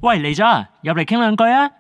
喂，嚟咗啊，入嚟傾兩句啊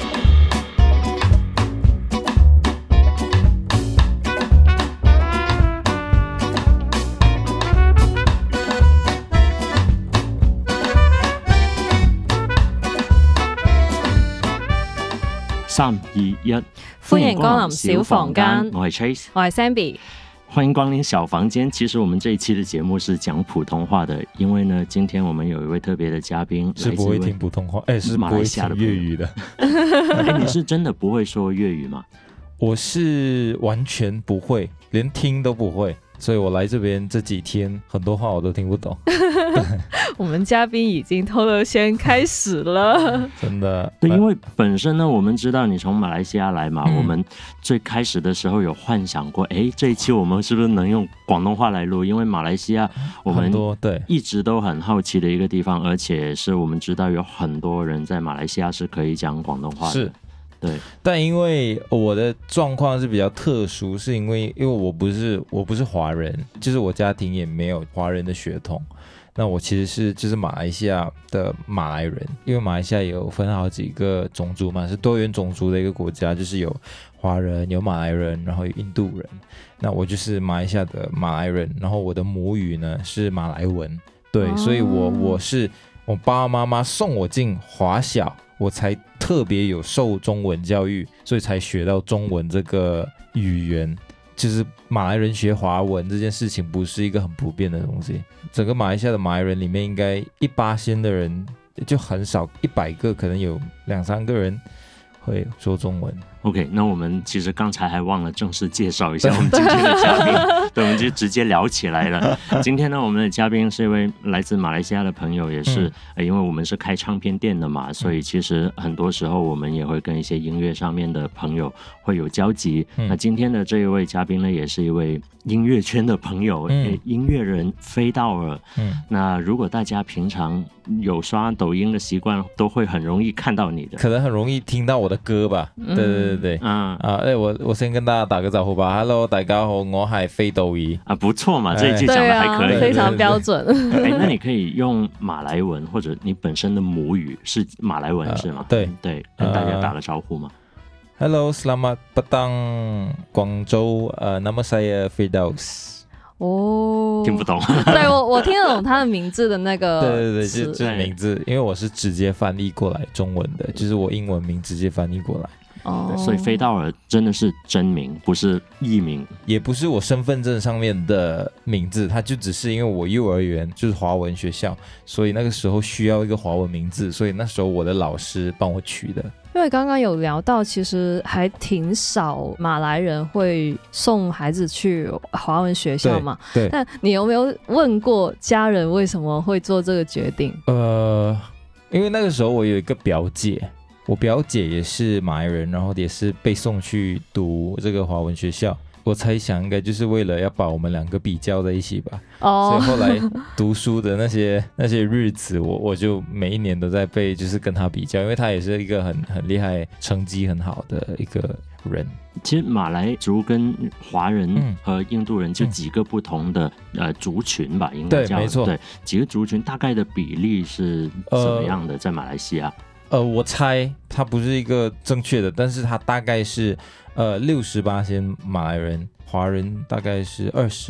！3、2、1， 歡迎光臨小房間。 我係 Trace， 我係 Zenbi。 歡迎光臨小房間。其實我們這一期的節目是講普通話的，因為呢，今天我們有一位特別的嘉賓， 是不會聽普通話，是不會聽粵語的。 你是真的不會說粵語嗎？ 我是完全不會，連聽都不會。所以我來這邊這幾天，很多話我都聽不懂。 我們嘉賓已經偷偷先開始了， 真的。 對，因為本身呢，我們知道你從馬來西亞來嘛，我們最開始的時候有幻想過，這一期我們是不是能用廣東話來錄？因為馬來西亞我們一直都很好奇的一個地方，而且是我們知道有很多人在馬來西亞是可以講廣東話的。 是。 對， 但因為我的狀況是比較特殊，是因為我不是華人，就是我家庭也沒有華人的血統。那我其實是就是馬來西亞的馬來人，因為馬來西亞有分好幾個種族嘛，是多元種族的一個國家，就是有華人、有馬來人，然後有印度人。那我就是馬來西亞的馬來人，然後我的母語呢是馬來文，對，所以我是我爸爸媽媽送我進華小，我才特別有受中文教育，所以才學到中文這個語言。就是馬來人學華文這件事情不是一個很普遍的東西，整個馬來西亞的馬來人裡面應該1%的人就很少，100個可能有2-3個人會說中文。 OK， 那我們其實剛才還忘了正式介紹一下我們今天的嘉賓，對，我們就直接聊起來了。今天呢，我們的嘉賓是一位來自馬來西亞的朋友，也是因為我們是開唱片店的嘛，所以其實很多時候我們也會跟一些音樂上面的朋友會有交集。那今天的這一位嘉賓呢，也是一位音樂圈的朋友，音樂人菲道爾。那如果大家平常有刷抖音的習慣，都會很容易看到你的， 可能很容易聽到我的歌吧。對，我先跟大家打個招呼吧。Hello， 大家好，我係菲道爾啊， 不錯嘛，這一句講得還可以， 非常標準。 那你可以用馬來文，或者你本身的母語是馬來文是嗎？ 對， 跟大家打個招呼嘛。 Hello， selamat petang， 廣州，nama saya Firdaus。 哦， 聽不懂。 對，我聽得懂他的名字的那個對，就是名字，因為我是直接翻譯過來中文的，就是我英文名直接翻譯過來。 所以菲道爾真的是真名，不是藝名， 也不是我身份證上面的名字，它就只是因為我幼兒園就是華文學校，所以那個時候需要一個華文名字，所以那時候我的老師幫我取的。 因為剛剛有聊到，其實還挺少馬來人會送孩子去華文學校嘛。對。但你有沒有問過家人為什麼會做這個決定？ 因為那個時候我有一個表姐。我表姐也是馬來人，然後也是被送去讀這個華文學校，我猜想應該就是為了要把我們兩個比較在一起吧。所以後來讀書的那些日子，我就每一年都在被就是跟他比較，因為他也是一個很厲害、成績很好的一個人。 其實馬來族跟華人和印度人就幾個不同的族群吧，應該叫。對，沒錯。對，幾個族群大概的比例是怎麼樣的？在馬來西亞？ 我猜它不是一個正確的，但是它大概是60%馬來人，華人大概是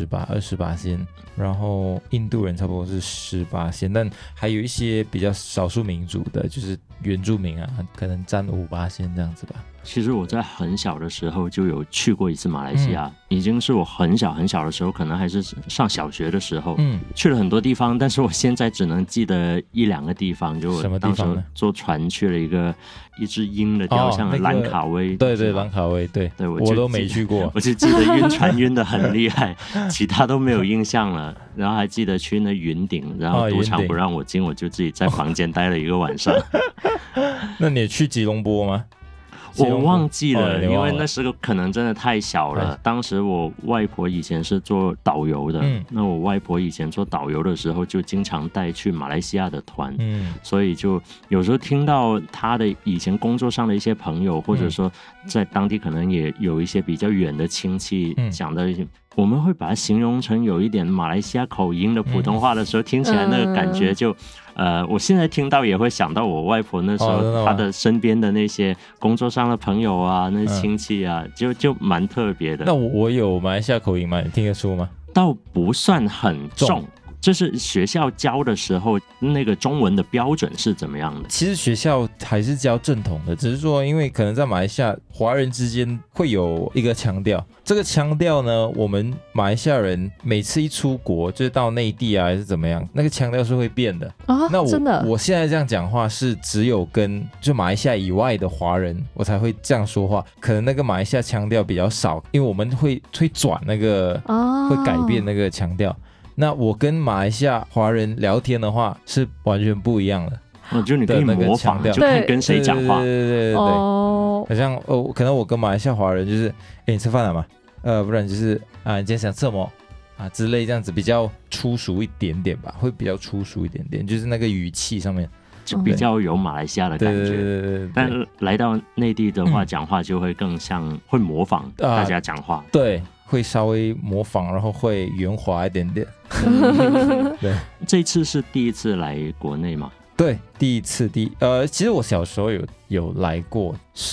20%，然後印度人差不多是10%，但還有一些比較少數民族的，就是原住民啊，可能佔5%這樣子吧。 其實我在很小的時候就有去過一次馬來西亞，已經是我很小很小的時候，可能還是上小學的時候，去了很多地方，但是我現在只能記得1-2個地方，就我當時坐船去了一隻鷹的雕像，蘭卡威。對， 蘭卡威，對，我都沒去過， 我就記得暈船暈得很厲害，其他都沒有印象了。然後還記得去那雲頂，然後賭場不讓我進，我就自己在房間待了1個晚上。 那你去吉隆坡嗎？ 我忘記了，因為那時候可能真的太小了。當時我外婆以前是做導遊的，那我外婆以前做導遊的時候就經常帶去馬來西亞的團，所以就有時候聽到他的以前工作上的一些朋友，或者說在當地可能也有一些比較遠的親戚講的一些，我們會把它形容成有一點馬來西亞口音的普通話的時候，聽起來那個感覺就我现在听到也会想到我外婆那时候她的身边的那些工作上的朋友啊，那亲戚啊，就蛮特别的。 那我有马来西亚口音吗？你听得出吗？ 倒不算很重。就是学校教的时候，那个中文的标准是怎么样的？ 其实学校还是教正统的，只是说因为可能在马来西亚华人之间会有一个腔调，这个腔调呢，我们马来西亚人每次一出国，就是到内地啊还是怎么样，那个腔调是会变的啊。 那真的， 我现在这样讲话是只有跟就马来西亚以外的华人，我才会这样说话。可能那个马来西亚腔调比较少，因为我们会转那个，会改变那个腔调。那我跟马来西亚华人聊天的话是完全不一样的。 就你可以模仿，就看跟谁讲话。 对，好像可能我跟马来西亚华人就是，你吃饭了吗？不然就是你今天想吃什么啊之类，这样子比较粗俗一点点吧，会比较粗俗一点点，就是那个语气上面就比较有马来西亚的感觉。 对。 但来到内地的话，讲话就会更像会模仿大家讲话。 对。会稍微模仿，然后会圆滑一点点。对， 这次是第一次来国内吗？ 对，第一次。其实我小时候有来过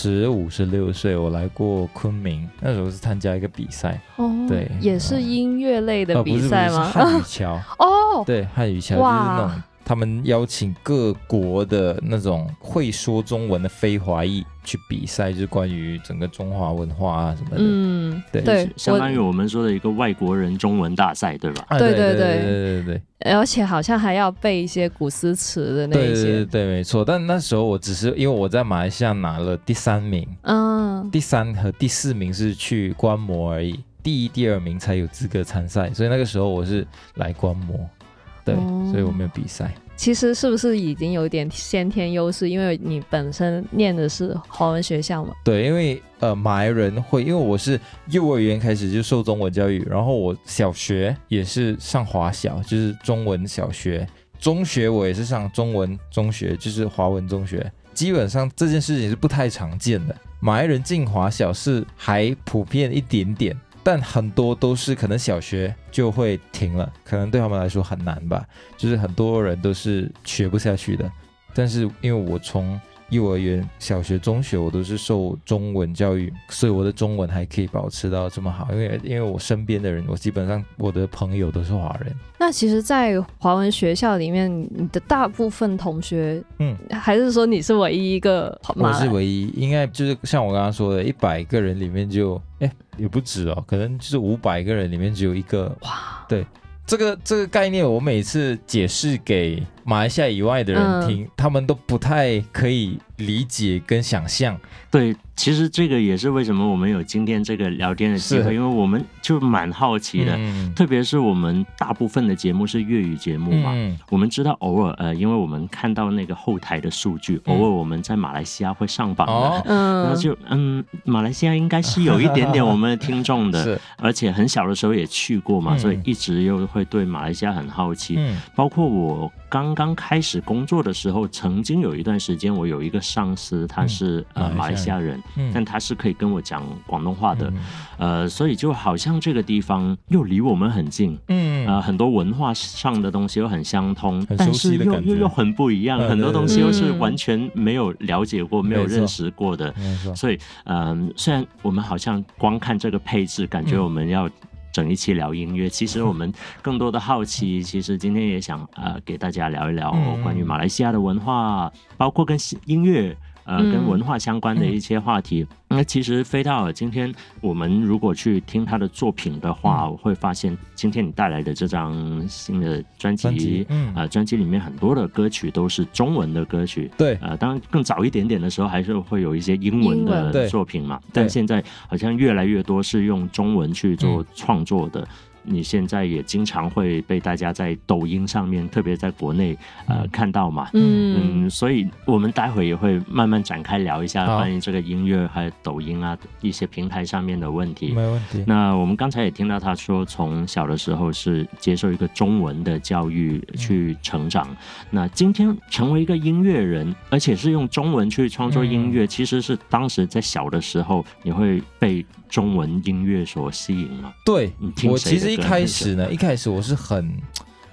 ，15、16岁我来过昆明，那时候是参加一个比赛。对， 也是音乐类的比赛吗？ 不是汉语桥。对，汉语桥就是那种他们邀请各国的那种会说中文的非华裔去比赛，就是关于整个中华文化啊什么的。 对， 相当于我们说的一个外国人中文大赛，对吧？ 对。而且好像还要背一些古诗词的那一些。 对，没错。但那时候我只是因为我在马来西亚拿了第3名，第3和第4名是去观摩而已，第1、第2名才有资格参赛，所以那个时候我是来观摩。对，所以我没有比赛。 其实是不是已经有点先天优势？因为你本身念的是华文学校嘛。 对，因为马来人会，因为我是幼儿园开始就受中文教育，然后我小学也是上华小，就是中文小学，中学我也是上中文中学，就是华文中学。基本上这件事情是不太常见的，马来人进华小是还普遍一点点。但很多都是可能小学就会停了，可能对他们来说很难吧，就是很多人都是学不下去的。但是因为我从幼儿园、小学、中学我都是受中文教育，所以我的中文还可以保持到这么好。因为我身边的人，我基本上我的朋友都是华人。 那其实，在华文学校里面，你的大部分同学，还是说你是唯一一个马来？ 我是唯一，应该就是像我刚刚说的，100个人里面就，也不止哦，可能就是500个人里面只有一个。哇，对。这个概念，我每次解释给马来西亚以外的人听，他们都不太可以理解跟想象。 对，其实这个也是为什么我们有今天这个聊天的机会，因为我们就蛮好奇的，特别是我们大部分的节目是粤语节目嘛，我们知道偶尔因为我们看到那个后台的数据，偶尔我们在马来西亚会上榜的，然后就马来西亚应该是有一点点我们的听众的，而且很小的时候也去过嘛，所以一直又会对马来西亚很好奇。包括我刚刚开始工作的时候，曾经有一段时间我有一个上司，他是马来西亚人，但他是可以跟我讲广东话的，所以就好像这个地方又离我们很近，很多文化上的东西又很相通，但是又很不一样，很多东西又是完全没有了解过、没有认识过的，所以虽然我们好像光看这个配置，感觉我们要整一期聊音乐，其实我们更多的好奇，其实今天也想给大家聊一聊关于马来西亚的文化，包括跟音乐跟文化相关的一些话题。那其实飞道尔今天我们如果去听他的作品的话，我会发现今天你带来的这张新的专辑，专辑里面很多的歌曲都是中文的歌曲。 对， 当然更早一点点的时候还是会有一些英文的作品嘛，但现在好像越来越多是用中文去做创作的。你现在也经常会被大家在抖音上面，特别在国内看到嘛，所以我们待会也会慢慢展开聊一下关于这个音乐还有抖音啊一些平台上面的问题。 没问题。 那我们刚才也听到他说，从小的时候是接受一个中文的教育去成长，那今天成为一个音乐人，而且是用中文去创作音乐，其实是当时在小的时候你会被中文音乐所吸引吗？ 对，我其实一开始我是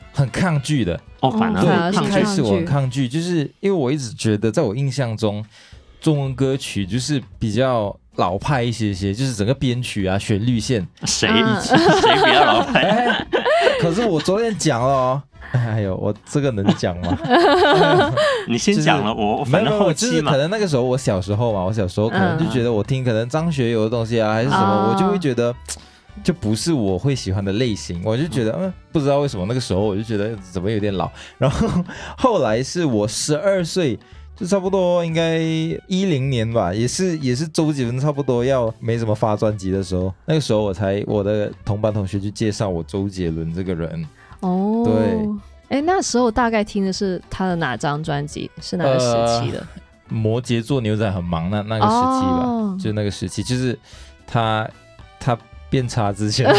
很抗拒的。 反而对，一开始我很抗拒，就是因为我一直觉得在我印象中中文歌曲就是比较老派一些，就是整个编曲啊旋律线谁比较老派可是我昨天讲了哦，哎呦，我这个能讲吗？ 你先讲了，我反正后期嘛， 就是可能那个时候我小时候嘛，我小时候可能就觉得我听可能张学友的东西啊，还是什么，我就会觉得就不是我会喜欢的类型，我就觉得不知道为什么那个时候我就觉得怎么有点老。然后后来是我12岁，就差不多应该10年吧，也是周杰伦差不多要没什么发专辑的时候，那个时候我的同班同学就介绍我周杰伦这个人。对， 那时候大概听的是他的哪张专辑？是哪个时期的？ 摩羯座牛仔很忙那个时期吧，就那个时期，就是他变差之前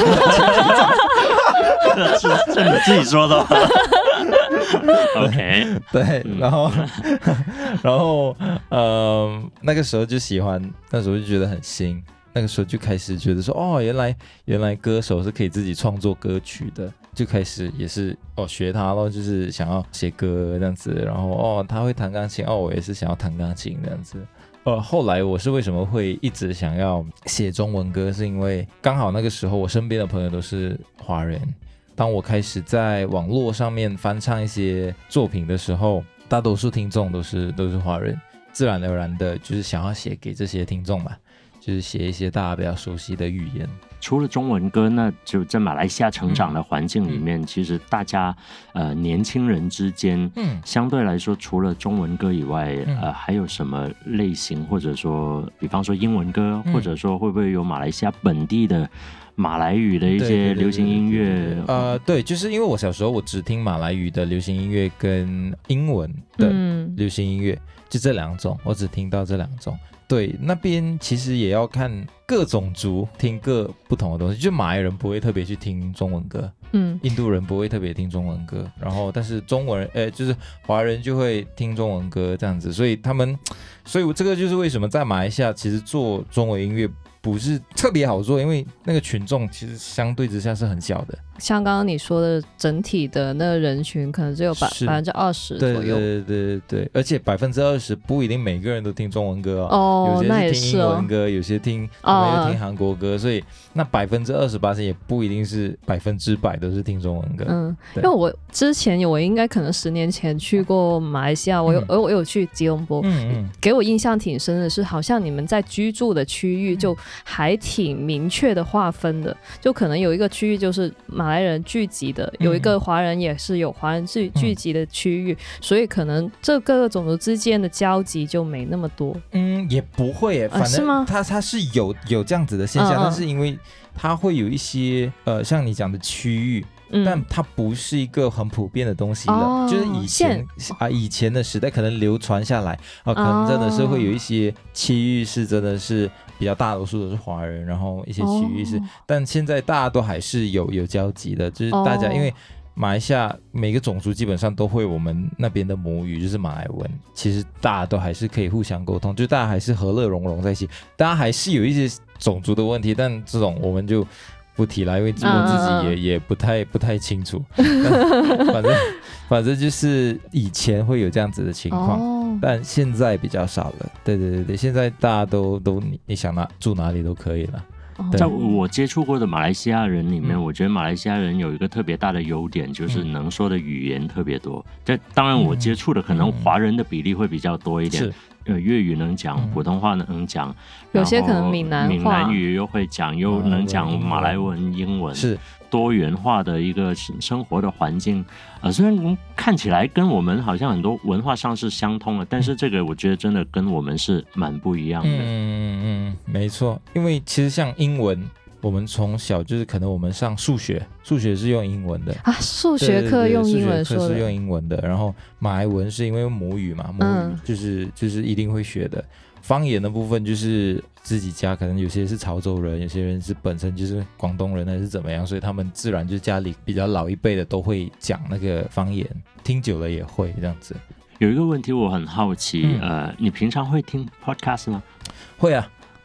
这你自己说的OK 对，然后那个时候就喜欢，那时候就觉得很新，那个时候就开始觉得说原来歌手是可以自己创作歌曲的，就开始也是学他咯，就是想要写歌这样子，然后他会弹钢琴，我也是想要弹钢琴这样子。后来我是为什么会一直想要写中文歌，是因为刚好那个时候我身边的朋友都是华人，当我开始在网络上面翻唱一些作品的时候，大多数听众都是华人，自然而然的就是想要写给这些听众嘛，就是写一些大家比较熟悉的语言。 除了中文歌，那就在马来西亚成长的环境里面，其实大家年轻人之间，相对来说，除了中文歌以外，还有什么类型，或者说，比方说英文歌，或者说会不会有马来西亚本地的马来语的一些流行音乐？ 对，就是因为我小时候我只听马来语的流行音乐跟英文的流行音乐，就这两种，我只听到这两种。对，那边其实也要看各种族听各不同的东西，就马来人不会特别去听中文歌，印度人不会特别听中文歌，然后但是中文人，就是华人就会听中文歌这样子，所以这个就是为什么在马来西亚其实做中文音乐不是特别好做，因为那个群众其实相对之下是很小的。 像刚刚你说的，整体的那个人群可能只有20%左右。 对，而且20%不一定每个人都听中文歌有些是听英文歌，有些听韩国歌，所以那20%也不一定是100%都是听中文歌。 因为我之前我应该可能10年前去过马来西亚，我有去吉隆坡，给我印象挺深的是，好像你们在居住的区域就还挺明确的划分的，就可能有一个区域就是马来人聚集的，有一个华人也是有华人聚集的区域，所以可能这各个种族之间的交集就没那么多。 也不会耶，反正它是有这样子的现象，但是因为它会有一些像你讲的区域，但它不是一个很普遍的东西了，就是以前的时代可能流传下来可能真的是会有一些区域是真的是比较大多数都是华人，然后一些区域是，但现在大家都还是有交集的，就是大家因为马来西亚每个种族基本上都会我们那边的母语就是马来文，其实大家都还是可以互相沟通，就大家还是和乐融融在一起，大家还是有一些种族的问题，但这种我们就不提了，因为我自己也不太清楚反正就是以前会有这样子的情况，但现在比较少了。对，现在大家都你想住哪里都可以了。 在我接触过的马来西亚人里面，我觉得马来西亚人有一个特别大的优点，就是能说的语言特别多。这当然我接触的可能华人的比例会比较多一点，粤语能讲，普通话能讲， 有些可能闽南语又会讲，又能讲马来文、英文， 是多元化的一个生活的环境。虽然看起来跟我们好像很多文化上是相通的，但是这个我觉得真的跟我们是蛮不一样的。 没错，因为其实像英文，我们从小就是可能我们上数学是用英文的数学课用英文说的， 数学课是用英文的，然后马来文是因为母语嘛，母语就是一定会学的。方言的部分就是自己家可能有些是潮州人，有些人是本身就是广东人还是怎么样，所以他们自然就家里比较老一辈的都会讲那个方言，听久了也会这样子。 有一个问题我很好奇，你平常会听 podcast 吗？ 会啊，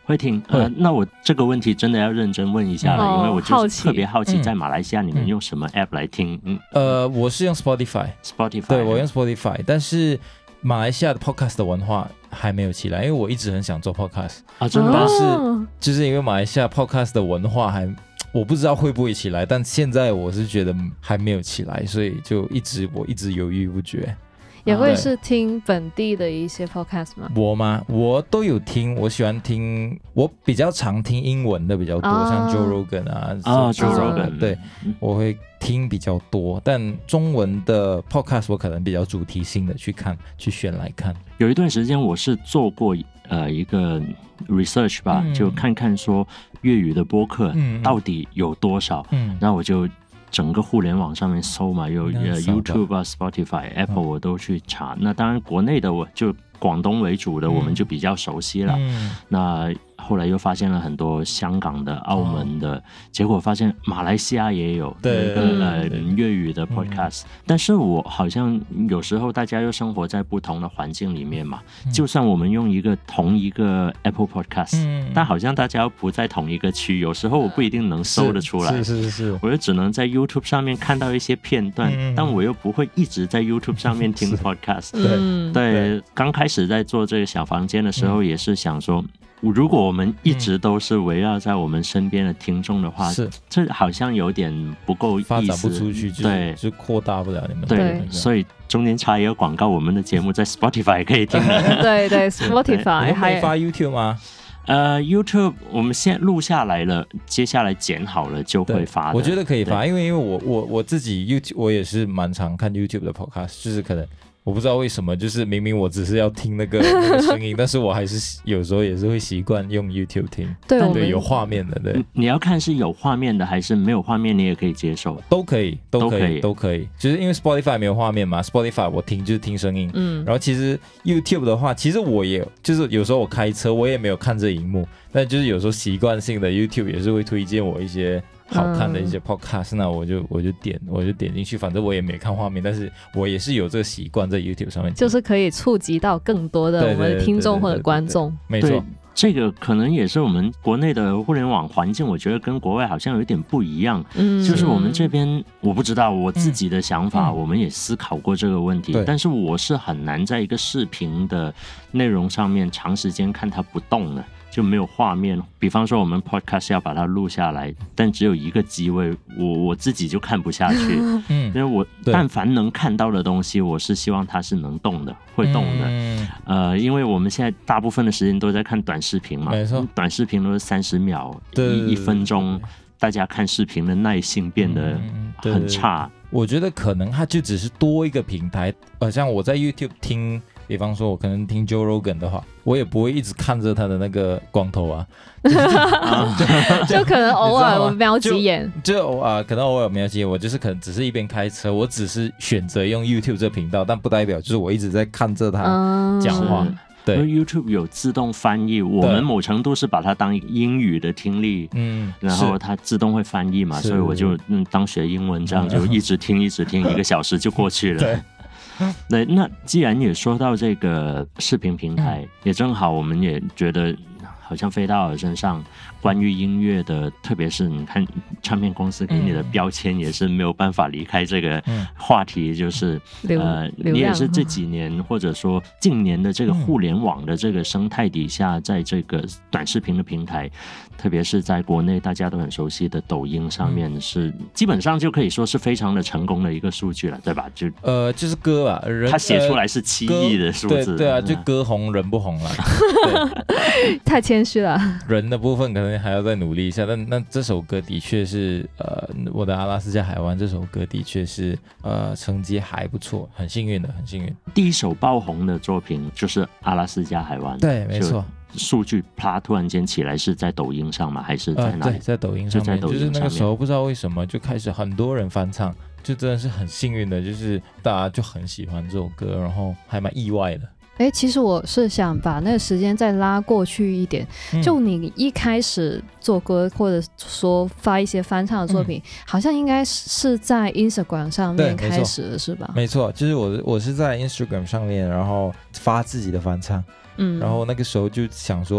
会听。那我这个问题真的要认真问一下了，因为我就是特别好奇，在马来西亚你们用什么 app 来听？ 我是用 Spotify， 对，我用 Spotify， 但是马来西亚的 podcast 的文化还没有起来，因为我一直很想做 podcast 啊，真的吗？ 但是就是因为马来西亚 podcast 的文化我不知道会不会起来，但现在我是觉得还没有起来，所以我一直犹豫不决。 也会是听本地的一些 podcast 吗？ 我都有听，我喜欢听，我比较常听英文的比较多，像 Joe Rogan Joe Rogan， 对，我会听比较多，但中文的 podcast 我可能比较主题性的去选来看。 有一段时间我是做过一个 research 吧，就看看说粤语的播客到底有多少，然后我就整个互联网上面搜嘛，有YouTube 啊、Spotify、Apple 我都去查。那当然国内的我就广东为主的，我们就比较熟悉了。那后来又发现了很多香港的、澳门的，结果发现马来西亚也有那个粤语的 podcast。但是我好像有时候大家又生活在不同的环境里面嘛，就算我们用同一个 Apple Podcast，但好像大家又不在同一个区，有时候我不一定能搜得出来。是，我就只能在 YouTube 上面看到一些片段，但我又不会一直在 YouTube 上面听 podcast。对，刚开始在做这个小房间的时候，也是想说，如果我们一直都是围绕在我们身边的听众的话，这好像有点不够意思， 发展不出去， 对， 就扩大不了你们。 对，所以中间插一个广告，我们的节目在 Spotify 可以听的。 对，Spotify 还没发 YouTube 吗 ？YouTube 我们先录下来了，接下来剪好了就会发的。 我觉得可以发，因为我自己 YouTube 我也是蛮常看 YouTube 的 podcast， 就是可能我不知道为什么，就是明明我只是要听那个声音，但是我还是有时候也是会习惯用 YouTube 听。对，有画面的。对， 你要看是有画面的还是没有画面，你也可以接受。 都可以。就是因为 Spotify 没有画面嘛 ，Spotify 我听就是听声音。然后其实 YouTube 的话，其实我也就是有时候我开车我也没有看这荧幕，但就是有时候习惯性的 YouTube 也是会推荐我一些好看的一些 podcast，那我就点进去，反正我也没看画面，但是我也是有这个习惯在 YouTube 上面， 就是可以触及到更多的我们的听众或者观众。 没错， 这个可能也是我们国内的互联网环境，我觉得跟国外好像有一点不一样。就是我们这边我不知道我自己的想法，我们也思考过这个问题，但是我是很难在一个视频的内容上面长时间看它不动的。就没有画面，比方说我们 podcast 要把它录下来，但只有一个机位，我自己就看不下去。因为我但凡能看到的东西，我是希望它是能动的，会动的。因为我们现在大部分的时间都在看短视频嘛，短视频都是30秒、1分钟，大家看视频的耐性变得很差。 我觉得可能它就只是多一个平台，像我在 YouTube 听。比方说我可能听 Joe Rogan 的话，我也不会一直看着他的那个光头啊， 就可能偶尔我瞄几眼， 可能偶尔瞄几眼，我就是可能只是一边开车，我只是选择用 YouTube 这频道，但不代表就是我一直在看着他讲话。对 ，YouTube 有自动翻译，我们某程度是把它当英语的听力，然后它自动会翻译嘛，所以我就当学英文这样就一直听1个小时就过去了。对，那既然也说到这个视频平台，也正好我们也觉得好像飞到我身上，关于音乐的，特别是你看唱片公司给你的标签也是没有办法离开这个话题，就是你也是这几年或者说近年的这个互联网的这个生态底下，在这个短视频的平台，特别是在国内大家都很熟悉的抖音上面，是基本上就可以说是非常的成功的一个数据了，对吧？ 就是歌吧， 他写出来是7亿的数字， 对啊，就歌红人不红了， 太谦虚了。 人的部分可能还要再努力一下，但那这首歌的确是我的阿拉斯加海湾这首歌的确是成绩还不错，很幸运。 第一首爆红的作品就是阿拉斯加海湾， 对，没错。 数据啪突然间起来是在抖音上吗？还是在哪里？ 对，在抖音上面，就是那个时候不知道为什么就开始很多人翻唱，就真的是很幸运的，就是大家就很喜欢这首歌，然后还蛮意外的。 其实我是想把那个时间再拉过去一点，就你一开始做歌或者说发一些翻唱的作品，好像应该是在 Instagram 上面开始的是吧？ 没错，就是我是在 Instagram 上面，然后发自己的翻唱，然后那个时候就想说，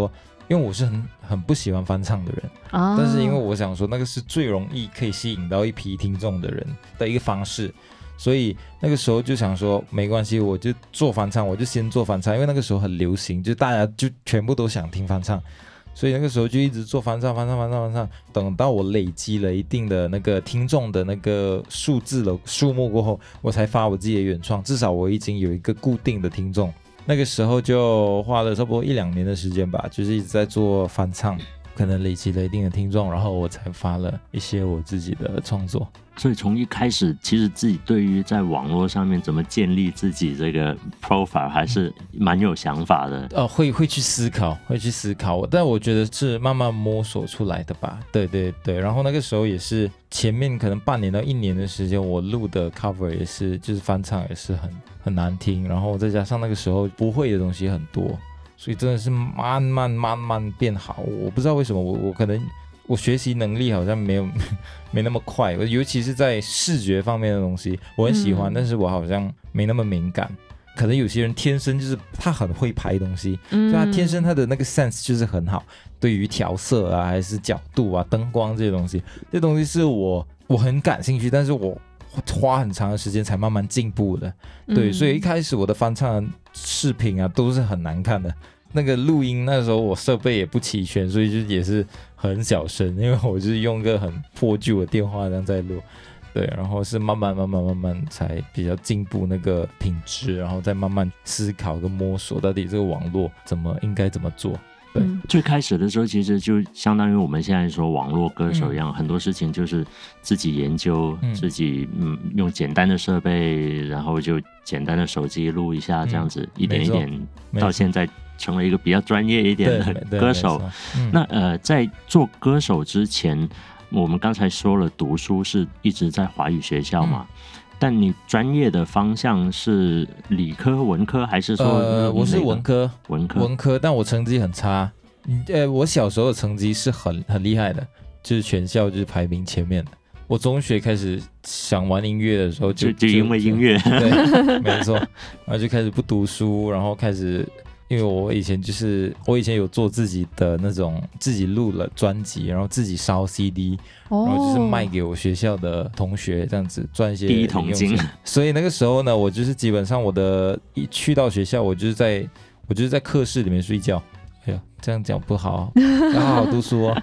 因为我是很不喜欢翻唱的人，但是因为我想说那个是最容易可以吸引到一批听众的人的一个方式，所以那个时候就想说没关系，我就做翻唱，我就先做翻唱，因为那个时候很流行，就大家就全部都想听翻唱，所以那个时候就一直做翻唱，等到我累积了一定的那个听众的那个数目过后，我才发我自己的原创，至少我已经有一个固定的听众。那个时候就花了差不多1-2年的时间吧，就是一直在做翻唱，可能累积了一定的听众，然后我才发了一些我自己的创作。 所以从一开始，其实自己对于在网络上面怎么建立自己这个 profile 还是蛮有想法的。 会去思考，但我觉得是慢慢摸索出来的吧。对，然后那个时候也是前面可能半年到1年的时间，我录的 cover 也是就是翻唱也是很难听，然后再加上那个时候不会的东西很多，所以真的是慢慢变好。我不知道为什么我可能我学习能力好像没那么快，尤其是在视觉方面的东西我很喜欢，但是我好像没那么敏感。可能有些人天生就是他很会拍东西，所以他天生他的那个 sense 就是很好，对于调色啊还是角度啊灯光这些东西是我很感兴趣，但是我花很长的时间才慢慢进步的。对，所以一开始我的翻唱视频啊都是很难看的，那个录音那时候我设备也不齐全，所以就也是很小声，因为我就是用个很破旧的电话这样在录。对，然后是慢慢才比较进步那个品质，然后再慢慢思考跟摸索到底这个网络应该怎么做。对， 最开始的时候其实就相当于我们现在说网络歌手一样，很多事情就是自己研究，自己用简单的设备，然后就简单的手机录一下，这样子一点一点到现在成为一个比较专业一点的歌手。那在做歌手之前，我们刚才说了读书是一直在华语学校嘛，但你专业的方向是理科文科还是说我是文科，但我成绩很差。我小时候的成绩是很厉害的，就是全校就是排名前面的。我中学开始想玩音乐的时候就因为音乐对，没错，然后就开始不读书，然后开始因为我以前有做自己的那种自己录了专辑，然后自己烧 CD，然后就是卖给我学校的同学，这样子赚一些第一桶金。 所以那个时候呢，我就是基本上一去到学校，我就是在课室里面睡觉。哎呀，这样讲不好，要好好读书哦。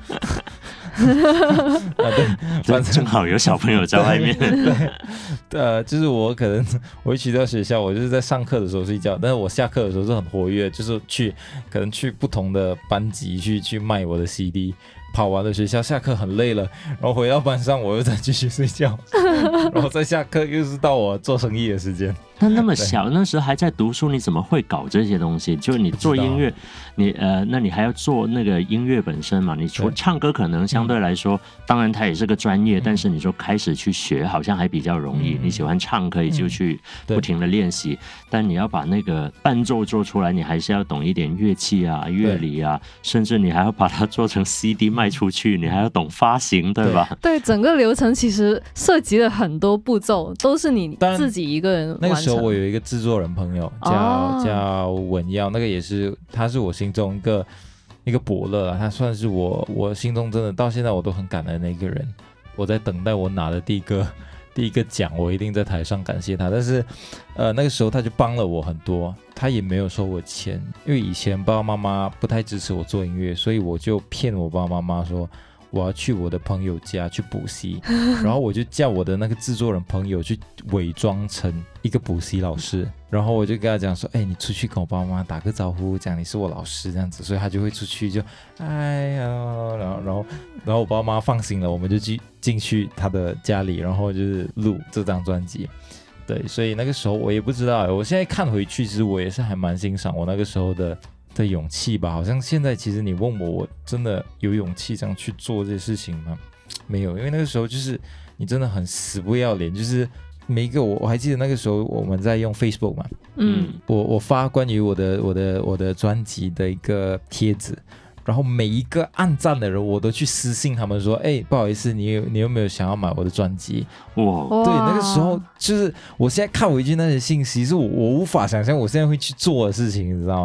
对，正好有小朋友在外面。 对，就是我一去到学校，我就是在上课的时候睡觉，但是我下课的时候是很活跃，就是可能去不同的班级去卖我的 CD。跑完了学校，下课很累了，然后回到班上我又再继续睡觉，然后再下课又是到我做生意的时间。 那么小，那时候还在读书，你怎么会搞这些东西？就是你做音乐，那你还要做那个音乐本身嘛？你说唱歌可能相对来说，当然它也是个专业，但是你说开始去学好像还比较容易。你喜欢唱可以就去不停的练习，但你要把那个伴奏做出来，你还是要懂一点乐器啊、乐理啊，甚至你还要把它做成 CD 卖出去，你还要懂发行，对吧？ 对，整个流程其实涉及了很多步骤，都是你自己一个人完成。 那个时候我有一个制作人朋友叫文耀，那个也是他是我心中一个伯乐啊，他算是我心中真的到现在我都很感恩的一个人。我在等待我拿的第一个奖，我一定在台上感谢他。但是那个时候他就帮了我很多，他也没有收我钱，因为以前爸爸妈妈不太支持我做音乐，所以我就骗我爸爸妈妈说我要去我的朋友家去补习，然后我就叫我的那个制作人朋友去伪装成一个补习老师，然后我就跟他讲说，你出去跟我爸妈打个招呼，讲你是我老师这样子，所以他就会出去就哎呀，然后我爸妈放心了，我们就进去他的家里，然后就是录这张专辑。对，所以那个时候我也不知道，我现在看回去，其实我也是还蛮欣赏我那个时候的勇气吧。好像现在其实你问我真的有勇气这样去做这些事情吗？没有，因为那个时候就是你真的很死不要脸，就是每一个我还记得那个时候我们在用 Facebook 嘛，我发关于我的专辑的一个贴子，然后每一个按赞的人我都去私信他们说，不好意思，你有没有想要买我的专辑？哇，对，那个时候就是我现在看回去那些信息是我无法想象我现在会去做的事情，你知道吗？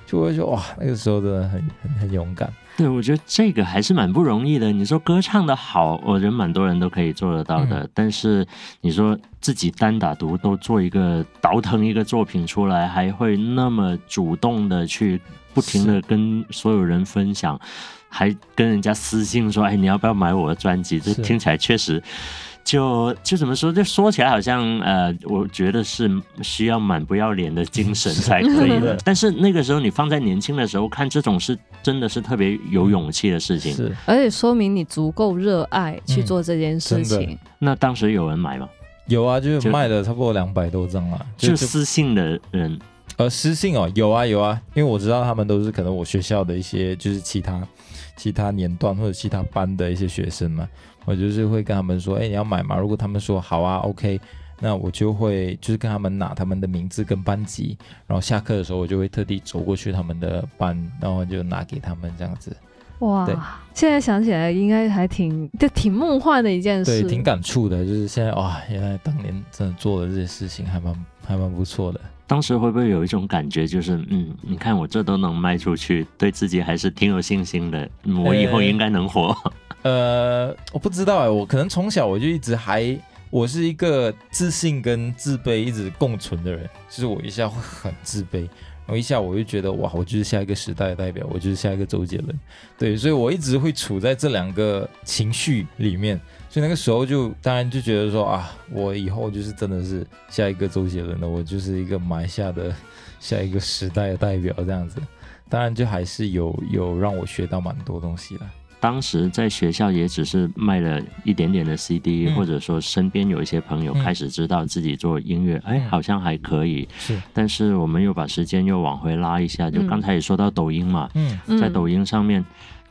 就会说哇，那个时候真的很勇敢。 对，我觉得这个还是蛮不容易的。你说歌唱的好，我觉得蛮多人都可以做得到的，但是你说自己单打独斗做一个倒腾一个作品出来，还会那么主动的去不停的跟所有人分享，还跟人家私信说，哎，你要不要买我的专辑？这听起来确实。就怎么说？就说起来好像我觉得是需要蛮不要脸的精神才可以的。但是那个时候你放在年轻的时候看，这种是真的是特别有勇气的事情， 是，而且说明你足够热爱去做这件事情。 那当时有人买吗？ 有啊，就是卖了差不多200多张啊。 就私信的人， 私信哦，有啊，因为我知道他们都是可能我学校的一些就是其他年段或者其他班的一些学生嘛。我就是会跟他们说，你要买吗？如果他们说好啊 ，OK， 那我就会就是跟他们拿他们的名字跟班级，然后下课的时候我就会特地走过去他们的班，然后就拿给他们这样子。 哇，现在想起来应该还挺梦幻的一件事， 对，挺感触的。就是现在哇，原来当年真的做的这些事情还蛮不错的。 当时会不会有一种感觉，就是你看我这都能卖出去，对自己还是挺有信心的，我以后应该能火。 我不知道我可能从小我就一直我是一个自信跟自卑一直共存的人，就是我一下会很自卑，然后一下我就觉得哇，我就是下一个时代的代表，我就是下一个周杰伦，对，所以我一直会处在这两个情绪里面，所以那个时候就当然就觉得说啊，我以后就是真的是下一个周杰伦了，我就是一个马来西亚的下一个时代的代表这样子，当然就还是有让我学到蛮多东西了。 当时在学校也只是卖了一点点的 CD，或者说身边有一些朋友开始知道自己做音乐，好像还可以。 是， 但是我们又把时间又往回拉一下，就刚才也说到抖音嘛，在抖音上面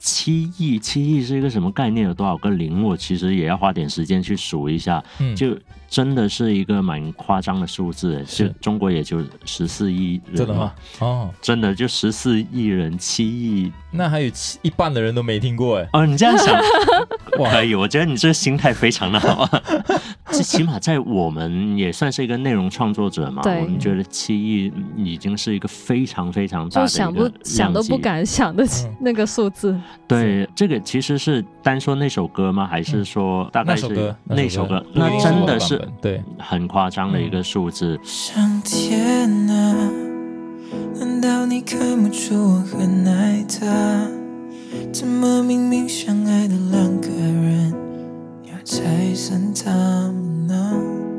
7亿是一个什么概念？有多少个零？我其实也要花点时间去数一下，就真的是一个蛮夸张的数字，就中国也就14亿人， 真的吗？哦， 真的就14亿人，7亿， 那还有一半的人都没听过哎。 哦，你这样想，可以，我觉得你这个心态非常的好。这起码在我们也算是一个内容创作者嘛，我们觉得7亿已经是一个非常非常大的一个量级， 想都不敢想的那个数字。 对，这个其实是单说那首歌吗？还是说大概是那首歌？那真的是对很夸张的一个数字。 上天啊，难道你看不出我很爱他？怎么明明相爱的两个人要拆散他们呢？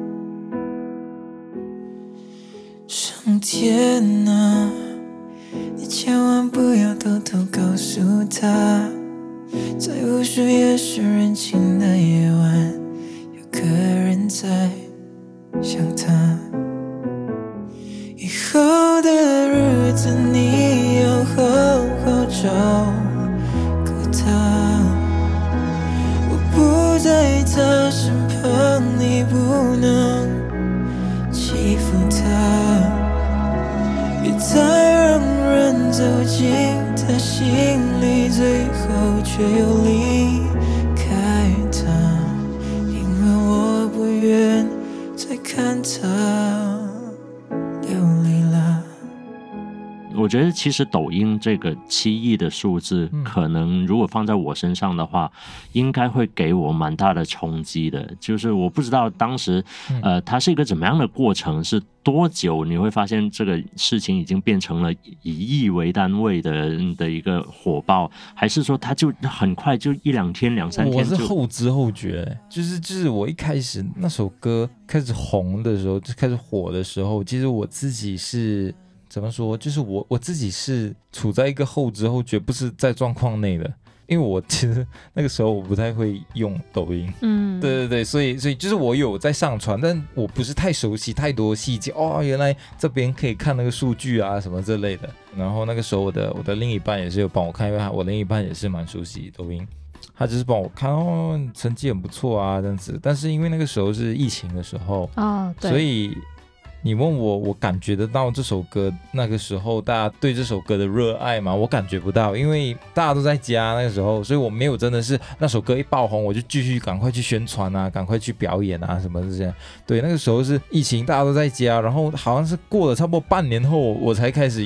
上天啊，你千万不要偷偷告诉他，在无数夜深人静的夜晚，有个人在想他。以后的日子你要好好照顾他，我不在他身旁，你不能欺负他，别再让人走进他心里，最后却又离开他，因为我不愿再看他流泪了。 我觉得其实抖音这个7亿的数字，可能如果放在我身上的话，应该会给我蛮大的冲击的。就是我不知道当时，它是一个怎么样的过程，是多久你会发现这个事情已经变成了以亿为单位的一个火爆，还是说它就很快就1、2天、2、3天？ 我是后知后觉，就是我一开始那首歌开始红的时候，就开始火的时候，其实我自己是。怎么说？就是我自己是处在一个后知后觉，不是在状况内的，因为我其实那个时候我不太会用抖音，对，所以就是我有在上传，但我不是太熟悉太多细节哦，原来这边可以看那个数据啊什么之类的。然后那个时候我的另一半也是有帮我看，因为我另一半也是蛮熟悉抖音，他就是帮我看哦，成绩很不错啊这样子。但是因为那个时候是疫情的时候对，所以。你问我感觉得到这首歌那个时候大家对这首歌的热爱吗？我感觉不到，因为大家都在家那个时候，所以我没有真的是那首歌一爆红我就继续赶快去宣传啊，赶快去表演啊什么这些。对，那个时候是疫情，大家都在家，然后好像是过了差不多半年后，我才开始有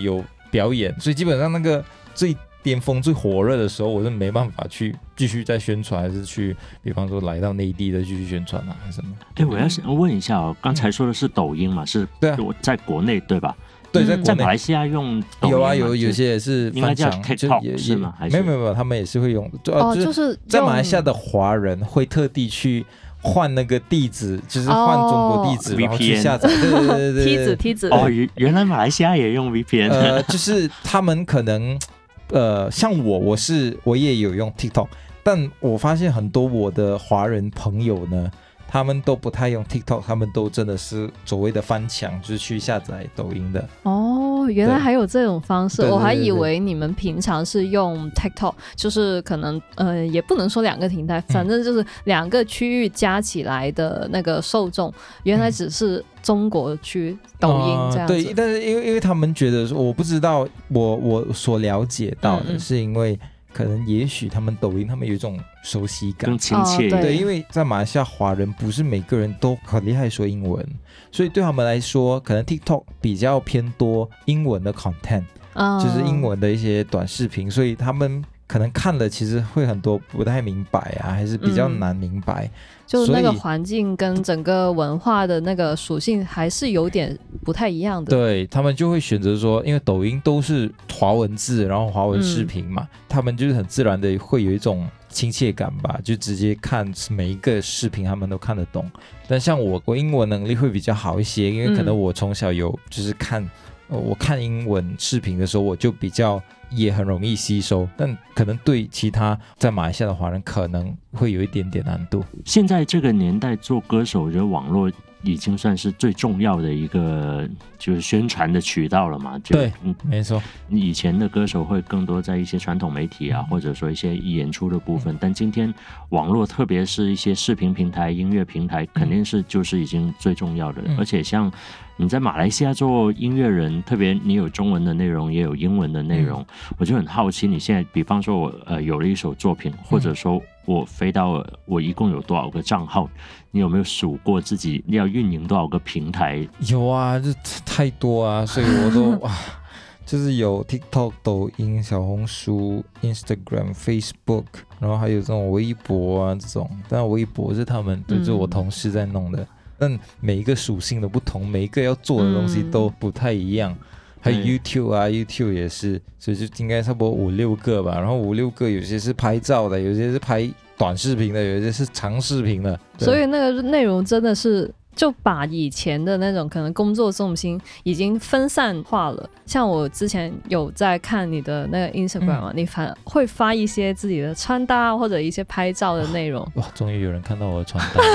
表演，所以基本上那个最巅峰最火热的时候，我是没办法去继续再宣传，还是去比方说来到内地的继续宣传啊，还是什么。 我要想问一下哦，刚才说的是抖音嘛？是在国内对吧？ 对，在国内。 在马来西亚用抖音有啊，有些也是应该叫 TikTok 是吗？还是没有，他们也是会用。就是在马来西亚的华人会特地去换那个地址，就是换中国地址，然后去下载。对， 梯子。 哦，原来马来西亚也用 VPN。 就是他们可能像我也有用 TikTok， 但我发现很多我的华人朋友呢，他们都不太用 TikTok， 他们都真的是所谓的翻墙，就是去下载抖音的。 哦，原来还有这种方式，我还以为你们平常是用 TikTok， 就是可能也不能说2个平台，反正就是2个区域加起来的那个受众，原来只是中国区抖音这样子。 对，但是因为他们觉得说，我不知道，我所了解到的是因为。可能也许他们抖音他们有一种熟悉感， 更亲切。 对，因为在马来西亚华人不是每个人都很厉害说英文，所以对他们来说，可能 TikTok 比较偏多英文的 content，就是英文的一些短视频，所以他们可能看了其实会很多不太明白啊，还是比较难明白。 就那个环境跟整个文化的那个属性还是有点不太一样的。 对，他们就会选择说，因为抖音都是华文字，然后华文视频嘛，他们就是很自然的会有一种亲切感吧，就直接看每一个视频他们都看得懂。但像我英文能力会比较好一些，因为可能我从小有就是我看英文视频的时候，我就比较也很容易吸收，但可能对其他在马来西亚的华人可能会有一点点难度。 现在这个年代做歌手，我觉得网络已经算是最重要的一个就是宣传的渠道了嘛。 对，没错。 以前的歌手会更多在一些传统媒体啊，或者说一些演出的部分，但今天网络，特别是一些视频平台、音乐平台，肯定是就是已经最重要的。而且像你在马来西亚做音乐人，特别你有中文的内容，也有英文的内容，我就很好奇，你现在比方说我有了一首作品，或者说我飞到了我一共有多少个账号，你有没有数过自己要运营多少个平台？ 有啊，这太多啊，所以我都就是有 TikTok、抖音、小红书、Instagram、Facebook， 然后还有这种微博啊这种，但微博是他们就是我同事在弄的。但每一个属性的不同，每一个要做的东西都不太一样。还有 YouTube 啊 ，YouTube 也是，所以就应该差不多5-6个吧。然后5-6个，有些是拍照的，有些是拍短视频的，有些是长视频的。 所以那个内容真的是就把以前的那种可能工作重心已经分散化了。像我之前有在看你的那个 Instagram 嘛，你会发一些自己的穿搭或者一些拍照的内容。 哇，终于有人看到我的穿搭。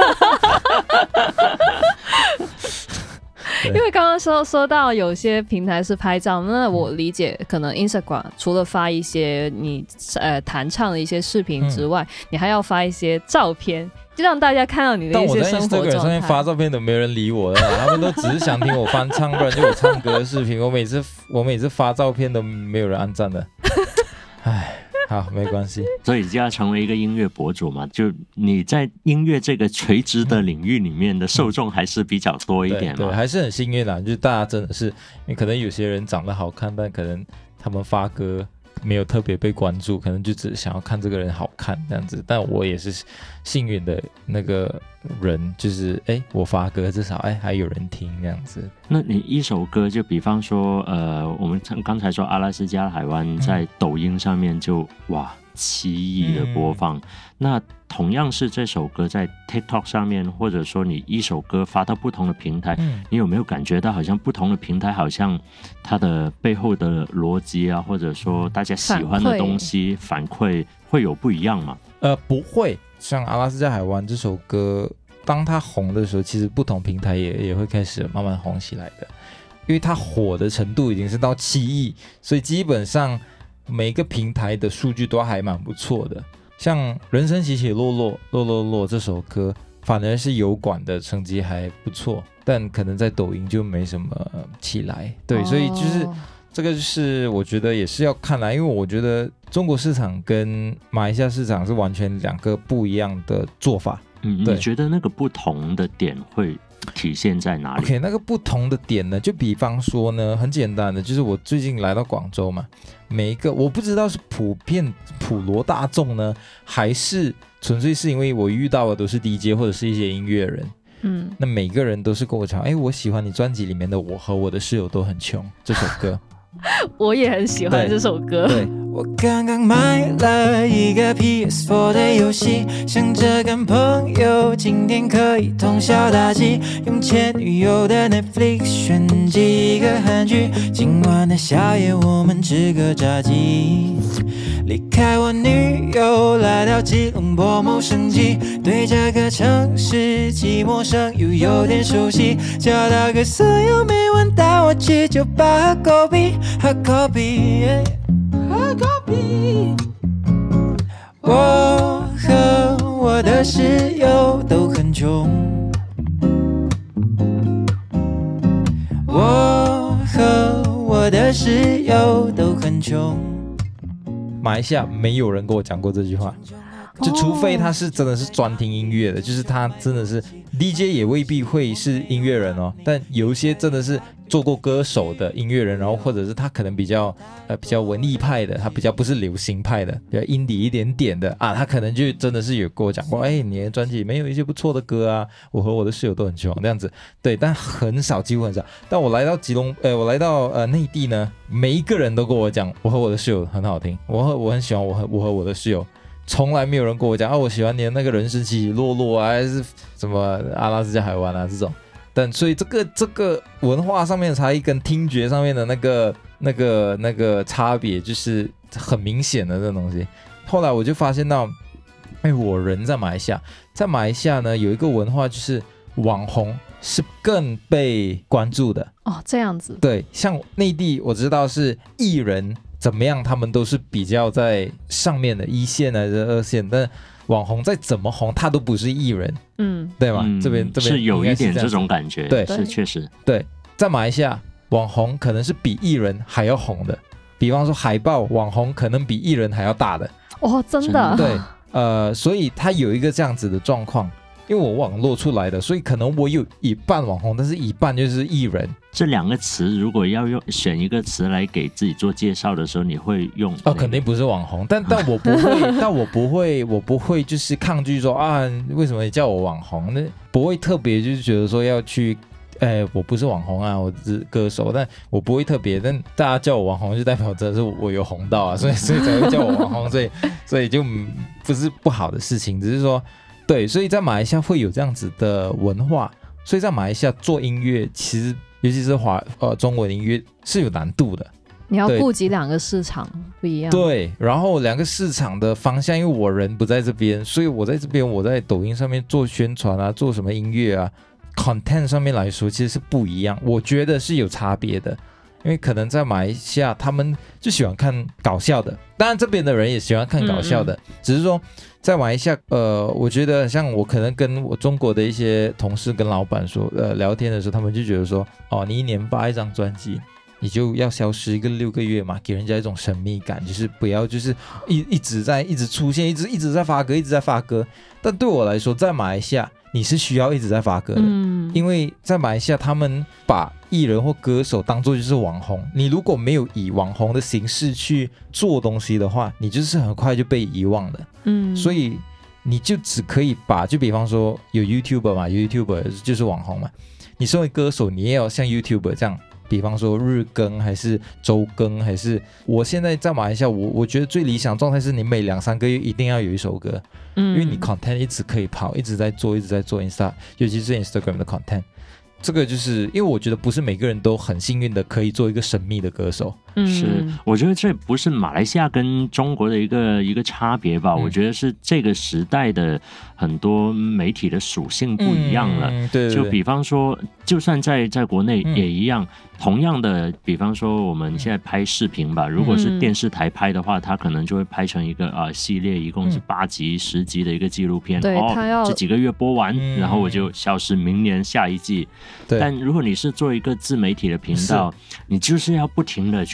因为刚刚说到有些平台是拍照，那我理解可能 Instagram 除了发一些你弹唱的一些视频之外，你还要发一些照片，就让大家看到你的一些生活状态。但我在 Instagram 上面发照片都没有人理我的，他们都只是想听我翻唱，不然就我唱歌的视频。我每次发照片都没有人按赞的，唉。好，没关系。 所以就要成为一个音乐博主嘛，就你在音乐这个垂直的领域里面的受众还是比较多一点嘛。 对，还是很幸运啦，就是大家真的是，因为可能有些人长得好看，但可能他们发歌没有特别被关注，可能就只想要看这个人好看这样子。但我也是幸运的那个人，就是我发歌至少还有人听这样子。 那你一首歌，就比方说我们刚才说阿拉斯加海湾在抖音上面就7亿的播放，那同样是这首歌在 TikTok 上面，或者说你一首歌发到不同的平台，你有没有感觉到好像不同的平台好像它的背后的逻辑啊，或者说大家喜欢的东西反馈会有不一样吗？ 不会，像阿拉斯加海湾这首歌，当它红的时候，其实不同平台也会开始慢慢红起来的，因为它火的程度已经是到7亿，所以基本上每个平台的数据都还蛮不错的。像人生起起落落落落落这首歌，反而是油管的成绩还不错，但可能在抖音就没什么起来。对，所以就是这个就是我觉得也是要看来，因为我觉得中国市场跟马来西亚市场是完全2个不一样的做法。 你觉得那个不同的点会体现在哪里 ？OK， 那个不同的点呢，就比方说呢，很简单的，就是我最近来到广州嘛，每一个我不知道是普罗大众呢，还是纯粹是因为我遇到的都是 DJ 或者是一些音乐人。那每个人都是跟我讲，我喜欢你专辑里面的《我和我的室友都很穷》这首歌， 我也很喜欢这首歌。 对， 我刚刚买了一个 PS4 的游戏，想着跟朋友今天可以通宵打机，用前女友的 Netflix 选几个韩剧，今晚的宵夜我们吃个炸鸡。离开我女友来到吉隆坡某生计，对这个城市既陌生又有点熟悉，找到个室友每晚带我去酒吧喝咖啡。我和我的室友都很穷，我和我的室友都很穷。 马来西亚没有人跟我讲过这句话，就除非他是真的是专听音乐的，就是他真的是 DJ 也未必会是音乐人哦，但有一些真的是做过歌手的音乐人，然后或者是他可能比较文艺派的，他比较不是流行派的，比较 indie 一点点的啊，他可能就真的是有跟我讲过，你的专辑里面有一些不错的歌啊，我和我的室友都很穷这样子，对，但很少，几乎很少。但我来到我来到内地呢，每一个人都跟我讲，我和我的室友很好听，我很喜欢我和我的室友。从来没有人跟我讲我喜欢你的那个人生起起落落啊，还是什么阿拉斯加海湾啊这种。但所以这个文化上面的差异跟听觉上面的那个差别就是很明显的这种东西。后来我就发现到，我人在马来西亚呢有一个文化，就是网红是更被关注的哦，这样子。 对，像内地我知道是艺人怎么样，他们都是比较在上面的一线还是二线，但网红再怎么红，他都不是艺人，对吧？这边是有一点这种感觉， 对， 是确实。 对，在马来西亚，网红可能是比艺人还要红的，比方说海报网红可能比艺人还要大的。 哦，真的。 对，所以他有一个这样子的状况。因为我网络出来的，所以可能我有一半网红，但是一半就是艺人。 这两个词如果要选一个词来给自己做介绍的时候，你会用肯定不是网红，但我不会，我不会就是抗拒说为什么你叫我网红？那不会特别就是觉得说要去，我不是网红啊，我是歌手，但我不会特别，但大家叫我网红就代表真的是我有红到啊，所以才会叫我网红，所以就不是不好的事情，只是说。对，所以在马来西亚会有这样子的文化，所以在马来西亚做音乐，其实尤其是中文音乐是有难度的。 你要顾及两个市场不一样。 对，然后两个市场的方向，因为我人不在这边，所以我在这边我在抖音上面做宣传啊，做什么音乐啊 ，content 上面来说其实是不一样，我觉得是有差别的。因为可能在马来西亚他们就喜欢看搞笑的，当然这边的人也喜欢看搞笑的，只是说在马来西亚我觉得像我可能跟我中国的一些同事跟老板说聊天的时候，他们就觉得说你一年发一张专辑你就要消失6个月嘛，给人家一种神秘感，就是不要就是一直出现，一直在发歌。但对我来说，在马来西亚你是需要一直在发歌的，因为在马来西亚他们把艺人或歌手当作就是网红，你如果没有以网红的形式去做东西的话，你就是很快就被遗忘的。所以你就只可以就比方说有 YouTuber 嘛， YouTuber 就是网红嘛，你身为歌手你也要像 YouTuber 这样，比方说日更还是周更，还是我现在在马来西亚我觉得最理想状态是你每2-3个月一定要有一首歌，因为你 content 一直可以跑，一直在做 Insta， 尤其是 Instagram 的 content。这个就是因为我觉得不是每个人都很幸运的可以做一个神秘的歌手。 是，我觉得这不是马来西亚跟中国的一个差别吧，我觉得是这个时代的很多媒体的属性不一样了。 对， 就比方说就算在国内也一样，同样的比方说我们现在拍视频吧，如果是电视台拍的话，它可能就会拍成一个系列，一共是8集10集的一个纪录片。 对，它要这几个月播完，然后我就消失，明年下一季。但如果你是做一个自媒体的频道，你就是要不停的去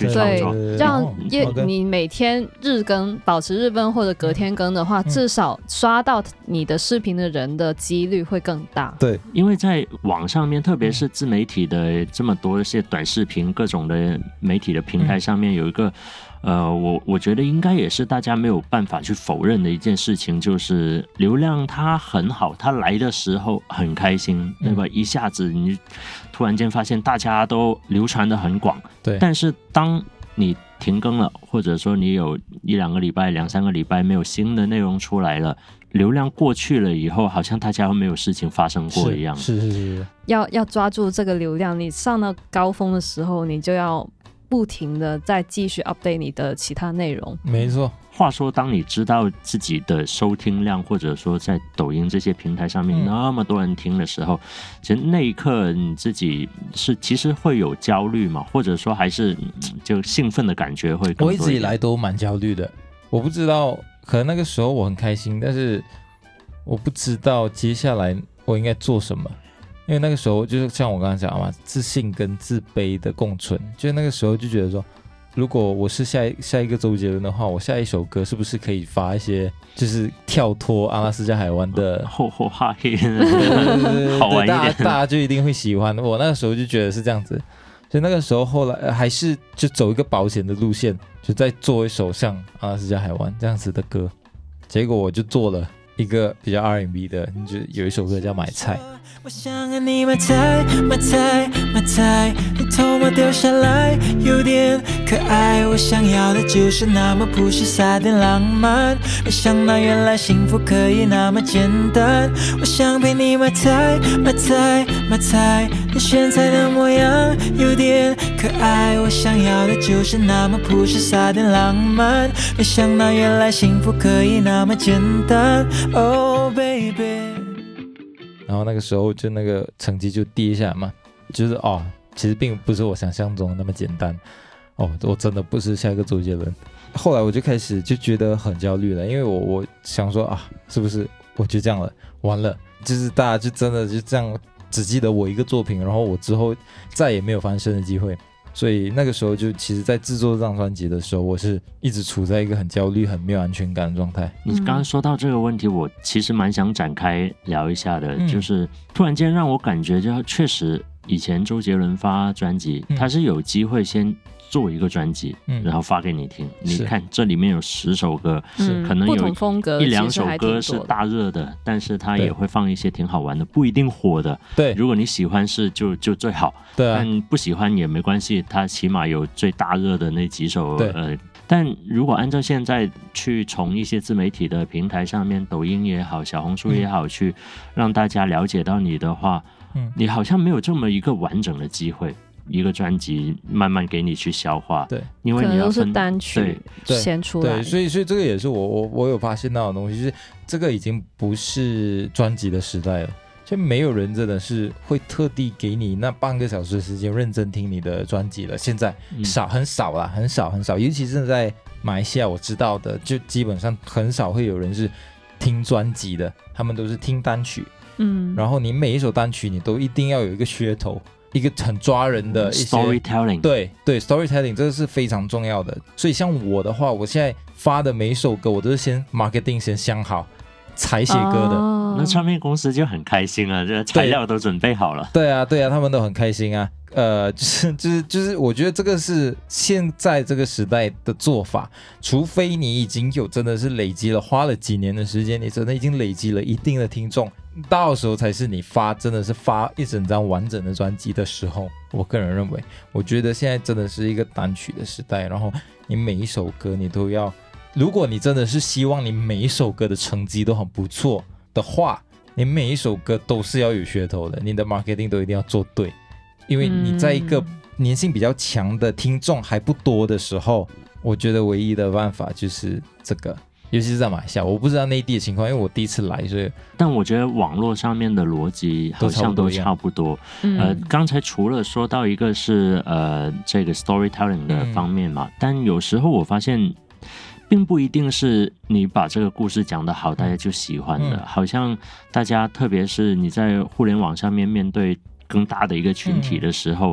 创作， 让你每天日更，保持日更或者隔天更的话，至少刷到你的视频的人的几率会更大。 对， 因为在网上面，特别是自媒体的这么多些短视频，各种的媒体的平台上面有一个。我觉得应该也是大家没有办法去否认的一件事情，就是流量它很好，它来的时候很开心，对吧？一下子你突然间发现大家都流传的很广， 对。 但是当你停更了，或者说你有1-2个礼拜、2-3个礼拜没有新的内容出来了，流量过去了以后，好像大家没有事情发生过一样。 是。 要抓住这个流量，你上到高峰的时候，你就要不停的再继续 update 你的其他内容。 没错。 话说，当你知道自己的收听量，或者说在抖音这些平台上面那么多人听的时候，其实那一刻你自己是其实会有焦虑嘛，或者说还是就兴奋的感觉会更多。 我一直以来都蛮焦虑的，我不知道，可能那个时候我很开心，但是我不知道接下来我应该做什么。因为那个时候就是像我刚刚讲嘛，自信跟自卑的共存，就那个时候就觉得说，如果我是下一个周杰伦的话，我下一首歌是不是可以发一些就是跳脱阿拉斯加海湾的吼吼哈嘿， 好玩一点，大家就一定会喜欢。我那个时候就觉得是这样子，所以那个时候后来还是就走一个保险的路线，就再做一首像阿拉斯加海湾这样子的歌。结果我就做了一个比较 R&B 的，就有一首歌叫买菜。 我想和你买菜，买菜，买菜，你头毛掉下来，有点可爱。我想要的就是那么朴实，撒点浪漫。没想到原来幸福可以那么简单。我想陪你买菜，买菜，买菜，你选菜的模样有点可爱。我想要的就是那么朴实，撒点浪漫。没想到原来幸福可以那么简单。Oh baby。 然后那个时候就那个成绩就跌下嘛，就是其实并不是我想象中那么简单我真的不是下一个周杰伦。后来我就开始就觉得很焦虑了，因为我想说是不是我就这样了，完了，就是大家就真的就这样只记得我一个作品，然后我之后再也没有翻身的机会。所以那个时候就其实在制作这张专辑的时候，我是一直处在一个很焦虑很没有安全感的状态。 你刚刚说到这个问题，我其实蛮想展开聊一下的，就是突然间让我感觉就确实以前周杰伦发专辑，他是有机会先做一个专辑，然后发给你听。你看这里面有10首歌，可能有1-2首歌是大热的，但是他也会放一些挺好玩的，不一定火的。 对， 如果你喜欢是就最好， 对但不喜欢也没关系，他起码有最大热的那几首。但如果按照现在去从一些自媒体的平台上面，抖音也好，小红书也好，去让大家了解到你的话，你好像没有这么一个完整的机会。一个专辑慢慢给你去消化， 对， 因为你要可能都是单曲先出来， 对，所以这个也是我有发现到的东西，就是这个已经不是专辑的时代了，就没有人真的是会特地给你那半个小时的时间认真听你的专辑了。现在很少啦，很少，尤其是在马来西亚，我知道的就基本上很少会有人是听专辑的，他们都是听单曲，然后你每一首单曲你都一定要有一个噱头。一个很抓人的一些 storytelling， 对 storytelling 这个是非常重要的。所以像我的话，我现在发的每一首歌，我都是先 marketing 先想好才写歌的。 那唱片公司就很开心啊，这个材料都准备好了。 对啊，他们都很开心啊。就是我觉得这个是现在这个时代的做法，除非你已经有真的是累积了，花了几年的时间，你真的已经累积了一定的听众，到时候才是你真的是发一整张完整的专辑的时候。我个人认为，我觉得现在真的是一个单曲的时代，然后你每一首歌你都要，如果你真的是希望你每一首歌的成绩都很不错的话，你每一首歌都是要有噱头的，你的 marketing 都一定要做对。因为你在一个粘性比较强的听众还不多的时候，我觉得唯一的办法就是这个，尤其是在马来西亚，我不知道内地的情况，因为我第一次来，所以。 但我觉得网络上面的逻辑好像都差不多。刚才除了说到一个是这个 storytelling 的方面嘛，但有时候我发现，并不一定是你把这个故事讲得好，大家就喜欢的。好像大家，特别是你在互联网上面面对更大的一个群体的时候，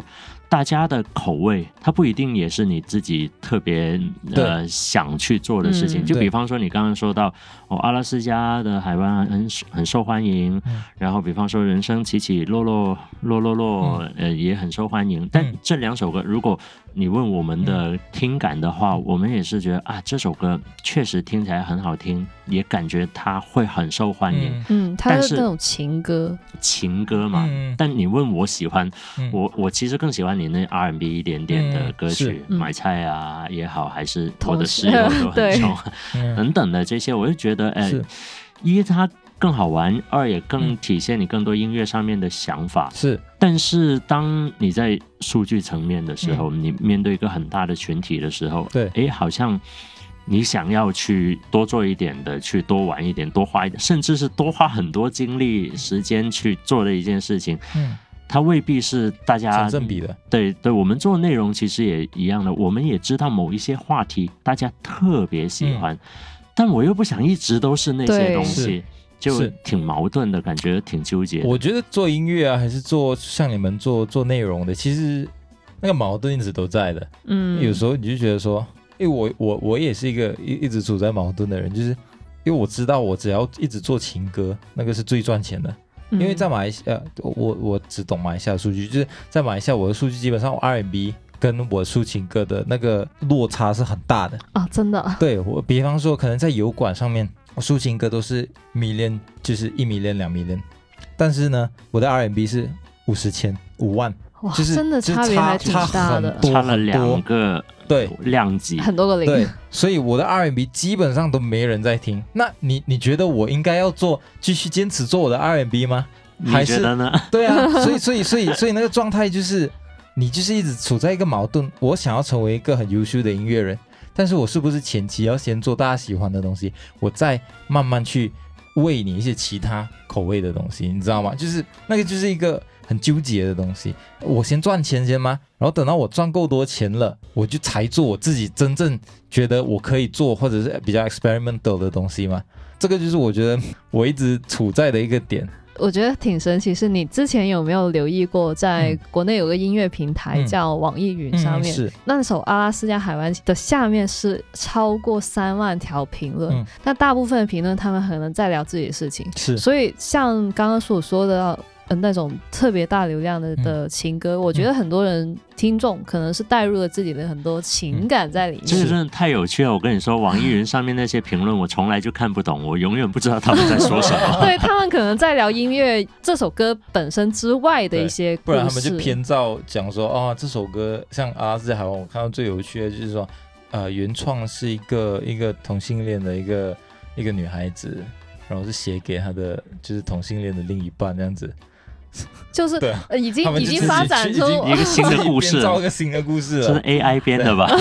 大家的口味它不一定也是你自己特别想去做的事情。就比方说你刚刚说到阿拉斯加的海湾很受欢迎，然后比方说人生起起落落也很受欢迎。但这2首歌如果你问我们的听感的话，我们也是觉得啊，这首歌确实听起来很好听，也感觉它会很受欢迎。 它是那种情歌嘛。但你问我喜欢，我其实更喜欢你那 R&B 一点点的歌曲，买菜啊也好，还是我的室友都很重等等的这些，我就觉得一它更好玩，2也更体现你更多音乐上面的想法。 是， 但是当你在数据层面的时候，你面对一个很大的群体的时候，对，好像你想要去多做一点的，去多玩一点，多花一点，甚至是多花很多精力时间去做的一件事情，它未必是大家成正比的。 对，我们做内容其实也一样的，我们也知道某一些话题大家特别喜欢，但我又不想一直都是那些东西，就挺矛盾的感觉，挺纠结的。 我觉得做音乐啊，还是做像你们做内容的，其实那个矛盾一直都在的。有时候你就觉得说，因为我也是一个一直处在矛盾的人，就是因为我知道我只要一直做情歌，那个是最赚钱的。因为在马来西亚，我只懂马来西亚的数据，就是在马来西亚我的数据基本上我 R&B 跟我抒情歌的那个落差是很大的啊，真的。 对，我比方说可能在油管上面，我抒情歌都是 million， 就是1 million 2 million， 但是呢，我的 R&B 是50千5万， 哇， 就是真的差别还挺大的， 差了2个对量级， 很多个零。 对，所以我的 R&B 基本上都没人在听。那你觉得我应该要继续坚持做我的 R&B 吗？ 你觉得呢？ 对啊，所以那个状态就是你就是一直处在一个矛盾。我想要成为一个很优秀的音乐人，但是我是不是前期要先做大家喜欢的东西，我再慢慢去喂你一些其他口味的东西，你知道吗？就是那个就是一个很纠结的东西。我先赚钱先吗？然后等到我赚够多钱了，我就才做我自己真正觉得我可以做或者是比较 experimental 的东西吗？这个就是我觉得我一直处在的一个点。 我觉得挺神奇，是你之前有没有留意过，在国内有个音乐平台叫网易云上面，那首阿拉斯加海湾的下面是超过3万条评论，那大部分的评论他们可能在聊自己的事情，所以像刚刚所说的那种特别大流量的情歌，我觉得很多人听众可能是带入了自己的很多情感在里面。 这个真的太有趣了！我跟你说，网易云上面那些评论我从来就看不懂，我永远不知道他们在说什么。 对，他们可能在聊音乐这首歌本身之外的一些故事， 不然他们就偏照讲说这首歌像阿拉斯加海湾，我看到最有趣的就是说原创是一个同性恋的一个女孩子，然后是写给她的就是同性恋的另一半这样子。 就是已经发展出一个新的故事， 造一个新的故事了， 这是 AI 编的吧？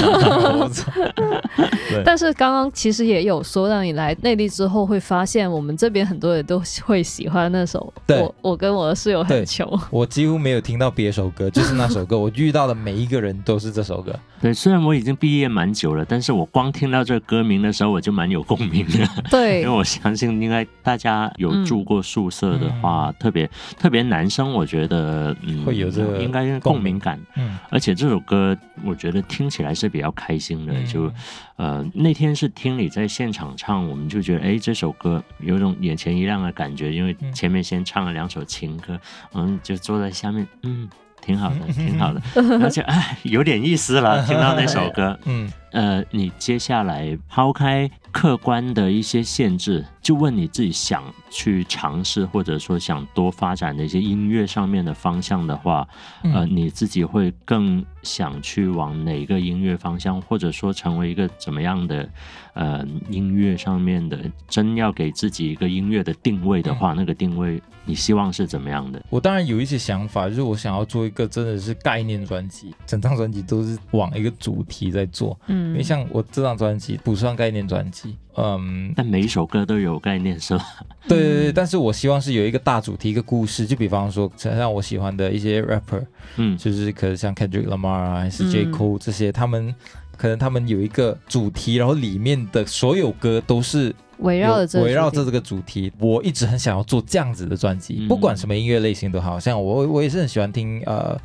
但是刚刚其实也有说，让你来内地之后会发现，我们这边很多人都会喜欢那首我跟我的室友很穷。 我几乎没有听到别首歌，就是那首歌。我遇到的每一个人都是这首歌。 对，虽然我已经毕业蛮久了，但是我光听到这个歌名的时候，我就蛮有共鸣的。 对， 因为我相信应该大家有住过宿舍的话，特别男生，我觉得会有这个应该共鸣感。而且这首歌我觉得听起来是比较开心的。就那天是听你在现场唱，我们就觉得这首歌有种眼前一亮的感觉，因为前面先唱了2首情歌，就坐在下面，挺好的，挺好的，而且有点意思了，听到那首歌。你接下来抛开客观的一些限制，就问你自己想去尝试或者说想多发展的一些音乐上面的方向的话，你自己会更想去往哪个音乐方向，或者说成为一个怎么样的音乐上面的，真要给自己一个音乐的定位的话，那个定位你希望是怎么样的？ 我当然有一些想法，就是我想要做一个真的是概念专辑，整张专辑都是往一个主题在做。因为像我这张专辑不算概念专辑， 但每一首歌都有概念是吧？ 对，但是我希望是有一个大主题，一个故事。就比方说像我喜欢的一些 rapper，就是可能像 Kendrick Lamar 啊，还是 J. Cole 这些，他们有一个主题，然后里面的所有歌都是围绕着这个主题。我一直很想要做这样子的专辑，不管什么音乐类型都好。像我也是很喜欢听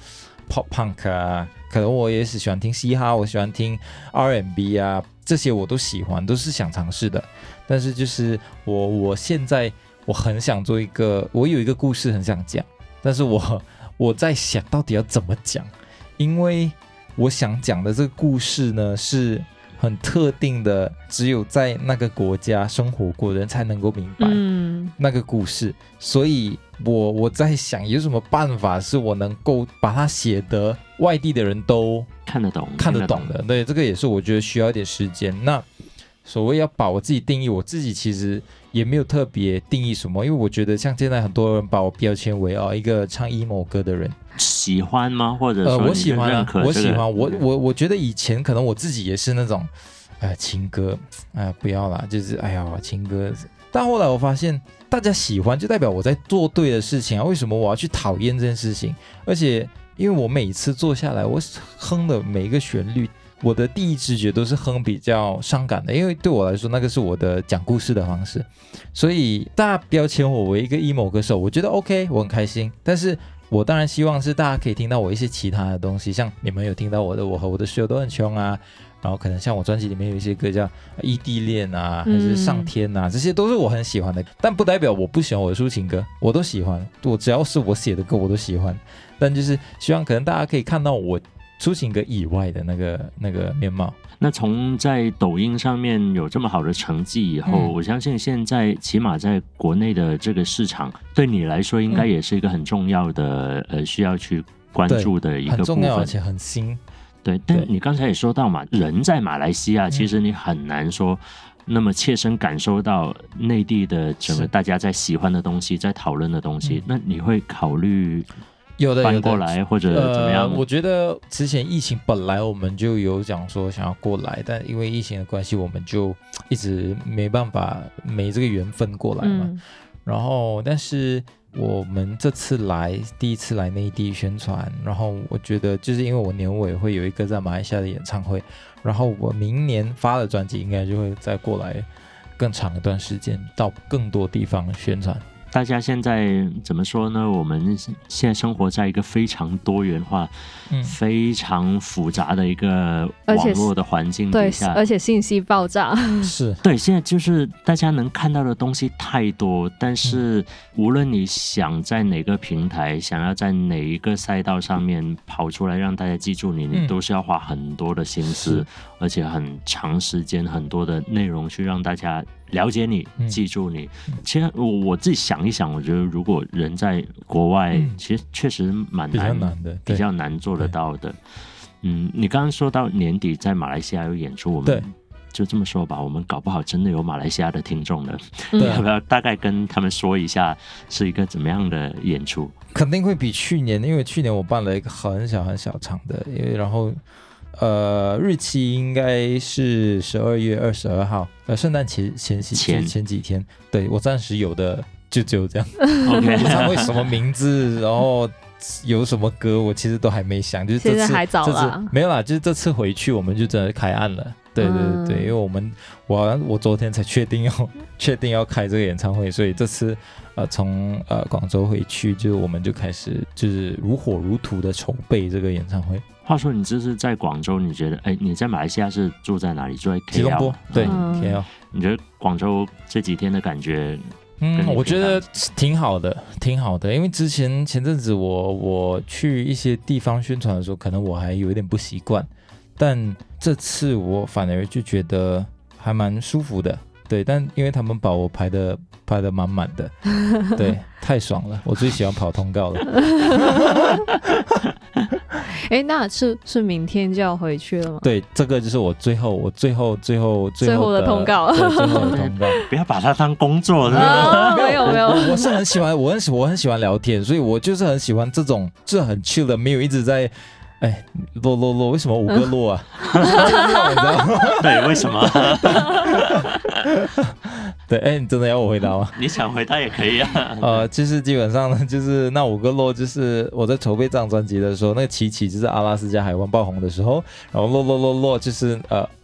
pop punk 啊，可能我也是喜欢听嘻哈，我喜欢听 R&B 啊，这些我都喜欢，都是想尝试的。但是就是我现在我很想做我有一个故事很想讲，但是我在想到底要怎么讲，因为我想讲的这个故事呢是很特定的，只有在那个国家生活过的人才能够明白那个故事，所以我在想有什么办法是我能够把它写得外地的人都看得懂的。对，这个也是我觉得需要一点时间。那所谓要把我自己定义，我自己其实也没有特别定义什么，因为我觉得像现在很多人把我标签为一个唱 emo 歌的人。 喜欢吗？或者说我喜欢啊，我喜欢。我觉得以前可能我自己也是那种情歌不要啦，就是情歌。但后来我发现大家喜欢就代表我在做对的事情啊，为什么我要去讨厌这件事情？而且因为我每次坐下来，我哼的每一个旋律，我的第一直觉都是哼比较伤感的，因为对我来说那个是我的讲故事的方式，所以大家标签我为一个 emo 歌手，我觉得 OK， 我很开心。但是我当然希望是大家可以听到我一些其他的东西，像你们有听到我和我的室友都很穷啊，然后可能像我专辑里面有一些歌叫异地恋啊，还是上天啊，这些都是我很喜欢的，但不代表我不喜欢我的抒情歌，我都喜欢，我只要是我写的歌我都喜欢，但就是希望可能大家可以看到我抒情歌以外的那个面貌。 那从在抖音上面有这么好的成绩以后，我相信现在起码在国内的这个市场，对你来说应该也是一个很重要的需要去关注的一个部分， 很重要而且很新。 对，但你刚才也说到嘛，人在马来西亚，其实你很难说那么切身感受到内地的整个大家在喜欢的东西，在讨论的东西，那你会考虑搬过来或者怎么样？ 我觉得之前疫情本来我们就有讲说想要过来，但因为疫情的关系，我们就一直没办法没这个缘分过来嘛。然后，但是我们这次第一次来内地宣传，然后我觉得就是因为我年尾会有一个在马来西亚的演唱会，然后我明年发的专辑应该就会再过来更长一段时间，到更多地方宣传。 大家现在怎么说呢？我们现在生活在一个非常多元化、非常复杂的一个网络的环境底下， 对，而且信息爆炸， 是对。现在就是大家能看到的东西太多，但是无论你想在哪个平台，想要在哪一个赛道上面跑出来让大家记住你，你都是要花很多的心思，而且很长时间、很多的内容去让大家了解你、记住你。其实我自己想一想，我觉得如果人在国外，其实确实蛮难的，比较难做得到的。你刚刚说到年底在马来西亚有演出，我们就这么说吧，我们搞不好真的有马来西亚的听众了。要不要大概跟他们说一下是一个怎么样的演出？ 肯定会比去年，因为去年我办了一个很小很小场的，然后日期应该是12月22号，圣诞前几天。对，我暂时有的就只有这样。OK， 演唱会什么名字，然后有什么歌，我其实都还没想。就是现在还早啦， 没有啦，就是这次回去我们就真的开案了。对，因为我昨天才确定要开这个演唱会，所以这次从广州回去，就我们就开始就是如火如荼的筹备这个演唱会。 话说你这是在广州，你觉得你在马来西亚是住在哪里？住在 KL？ 吉隆坡，对，KL。 你觉得广州这几天的感觉？ 我觉得挺好的，因为前阵子我去一些地方宣传的时候，可能我还有一点不习惯，但这次我反而就觉得还蛮舒服的。对，但因为他们把我排得满满的，对，太爽了，我最喜欢跑通告了。 那是明天就要回去了吗？ 对，这个就是我最后的通告， 对，最后的通告。 不要把它当工作， 没有， 我是很喜欢，我很喜欢聊天，所以我就是很喜欢这种就是很 chill 的，没有一直在。落，为什么5个落啊？你知道吗？ 对，为什么？ 对，你真的要我回答吗？ 你想回答也可以啊。 就是基本上呢，就是那5个落，就是我在筹备这张专辑的时候，那个琪就是阿拉斯加海湾爆红的时候，然后落就是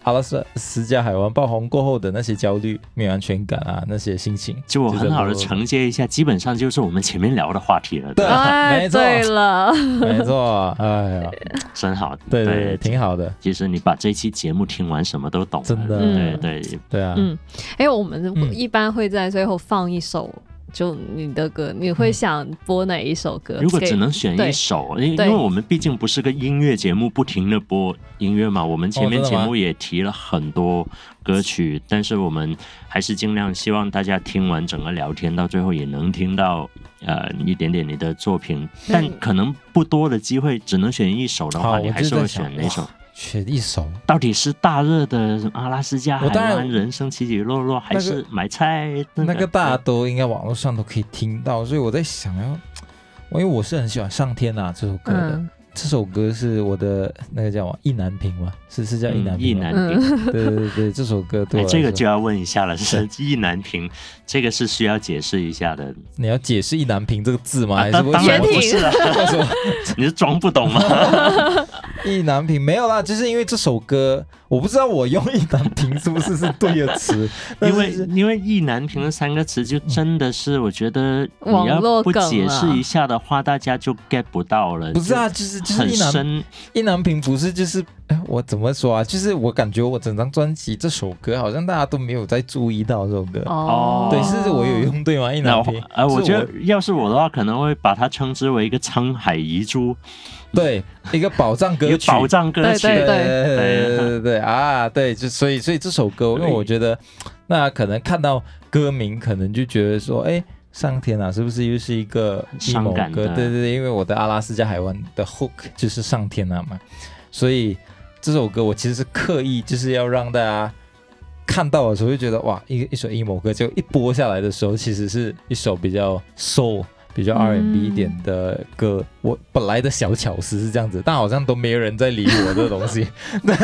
阿拉斯加海湾爆红过后的那些焦虑、没有安全感啊，那些心情， 就我很好的承接一下，基本上就是我们前面聊的话题了。 对，没错， 对了， 没错，哎呀， 真好， 对，挺好的。 其实你把这期节目听完，什么都懂了， 真的，对啊， 我们一般会在最后放一首。就你的歌，你会想播哪一首歌？ 如果只能选一首，因为我们毕竟不是个音乐节目，不停的播音乐嘛。我们前面节目也提了很多歌曲，但是我们还是尽量希望大家听完整个聊天，到最后也能听到一点点你的作品。但可能不多的机会，只能选一首的话，你还是会选哪首？ 选一首， 到底是大热的阿拉斯加海湾人生起起落落，还是买菜？ 那个大家都应该网络上都可以听到，所以我在想因为我是很喜欢上天啊这首歌的。这首歌是我的那个叫什么意难平吗？是叫意难平。意难平，对，这首歌对我来说这个就要问一下了，是意难平，这个是需要解释一下的。 你要解释意难平这个字吗？还是当然不是了，你是装不懂吗？ 意难平没有啦，就是因为这首歌，我不知道我用意难平是不是对的词， 因为意难平的3个词就真的是，我觉得你要不解释一下的话，大家就 get 不到了。 不是啊，就是很深。 意难平不是就是我怎么说啊？就是我感觉我整张专辑这首歌好像大家都没有在注意到这首歌哦。对，是我有用对吗？意难平我觉得要是我的话，可能会把它称之为一个沧海遗珠。 对，一个宝藏歌曲， 宝藏歌曲， 对啊，对，所以这首歌，因为我觉得，那可能看到歌名，可能就觉得说，上天啊，是不是又是一个 emo 歌？对，因为我的阿拉斯加海湾的 hook 就是上天啊嘛，所以这首歌我其实是刻意就是要让大家看到的时候就觉得哇，一首 emo 歌，就一播下来的时候，其实是一首比较 soul。比较 R&B 一点的歌，我本来的小巧思是这样子，但好像都没有人在理我这东西，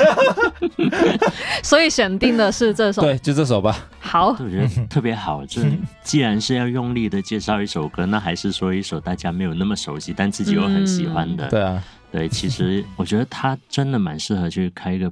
所以选定的是这首， 对，就这首吧。 好， 我觉得特别好。就既然是要用力的介绍一首歌，那还是说一首大家没有那么熟悉，但自己又很喜欢的。 对啊， 对，其实我觉得他真的蛮适合去开一个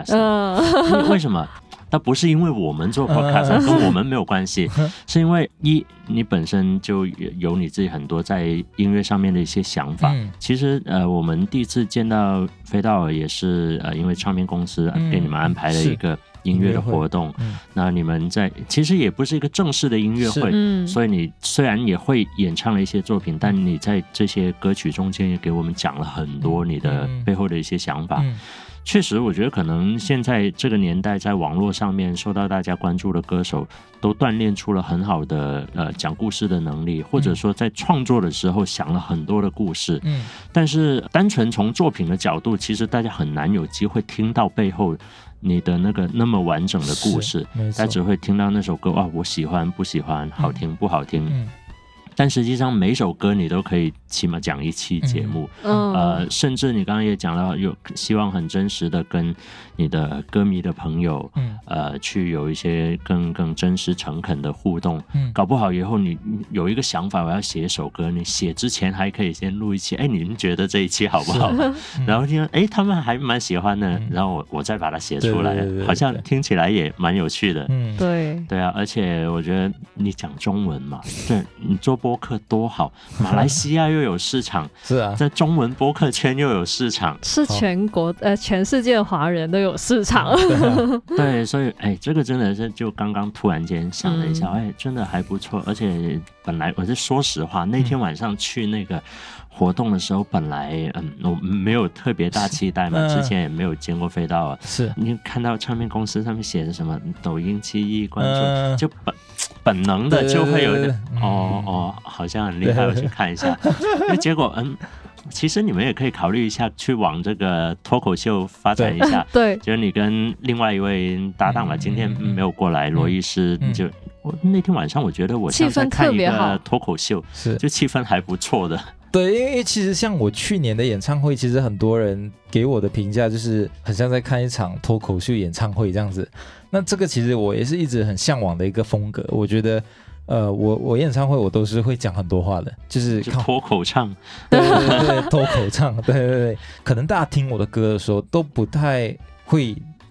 podcast。为什么？那不是因为我们做 podcast 跟我们没有关系，是因为你本身就有你自己很多在音乐上面的一些想法。其实我们第一次见到飞道尔也是因为唱片公司给你们安排了一个音乐的活动，那你们其实也不是一个正式的音乐会，所以你虽然也会演唱了一些作品，但你在这些歌曲中间也给我们讲了很多你的背后的一些想法。确实我觉得可能现在这个年代在网络上面受到大家关注的歌手都锻炼出了很好的讲故事的能力，或者说在创作的时候想了很多的故事，但是单纯从作品的角度，其实大家很难有机会听到背后你的那么完整的故事，大家只会听到那首歌我喜欢不喜欢，好听不好听，但实际上每首歌你都可以起码讲一期节目，甚至你刚刚也讲到有希望很真实的跟你的歌迷的朋友，去有一些更真实诚恳的互动，搞不好以后你有一个想法，我要写一首歌，你写之前还可以先录一期，你们觉得这一期好不好？然后听他们还蛮喜欢的，然后我再把它写出来，好像听起来也蛮有趣的。对啊，而且我觉得你讲中文嘛，对，你做播客多好，马来西亚又有市场， 是啊， 在中文播客圈又有市场， 是全世界的华人都有市场。 对，所以这个真的是就刚刚突然间想了一下，真的还不错。而且本来我是说实话，那天晚上去那个活动的时候，本来我没有特别大期待嘛，之前也没有见过飞道，是你看到唱片公司上面写的什么抖音7亿关注，就本能的就会有点好像很厉害，我去看一下。因为结果其实你们也可以考虑一下去往这个脱口秀发展一下。 对， 就是你跟另外一位搭档嘛，今天没有过来，罗医师就那天晚上我觉得我像在看一个脱口秀，就气氛还不错的。 对，因为其实像我去年的演唱会，其实很多人给我的评价就是很像在看一场脱口秀演唱会这样子。那这个其实我也是一直很向往的一个风格。我觉得我演唱会我都是会讲很多话的，就是脱口唱， 对，脱口唱，对，可能大家听我的歌的时候都不太会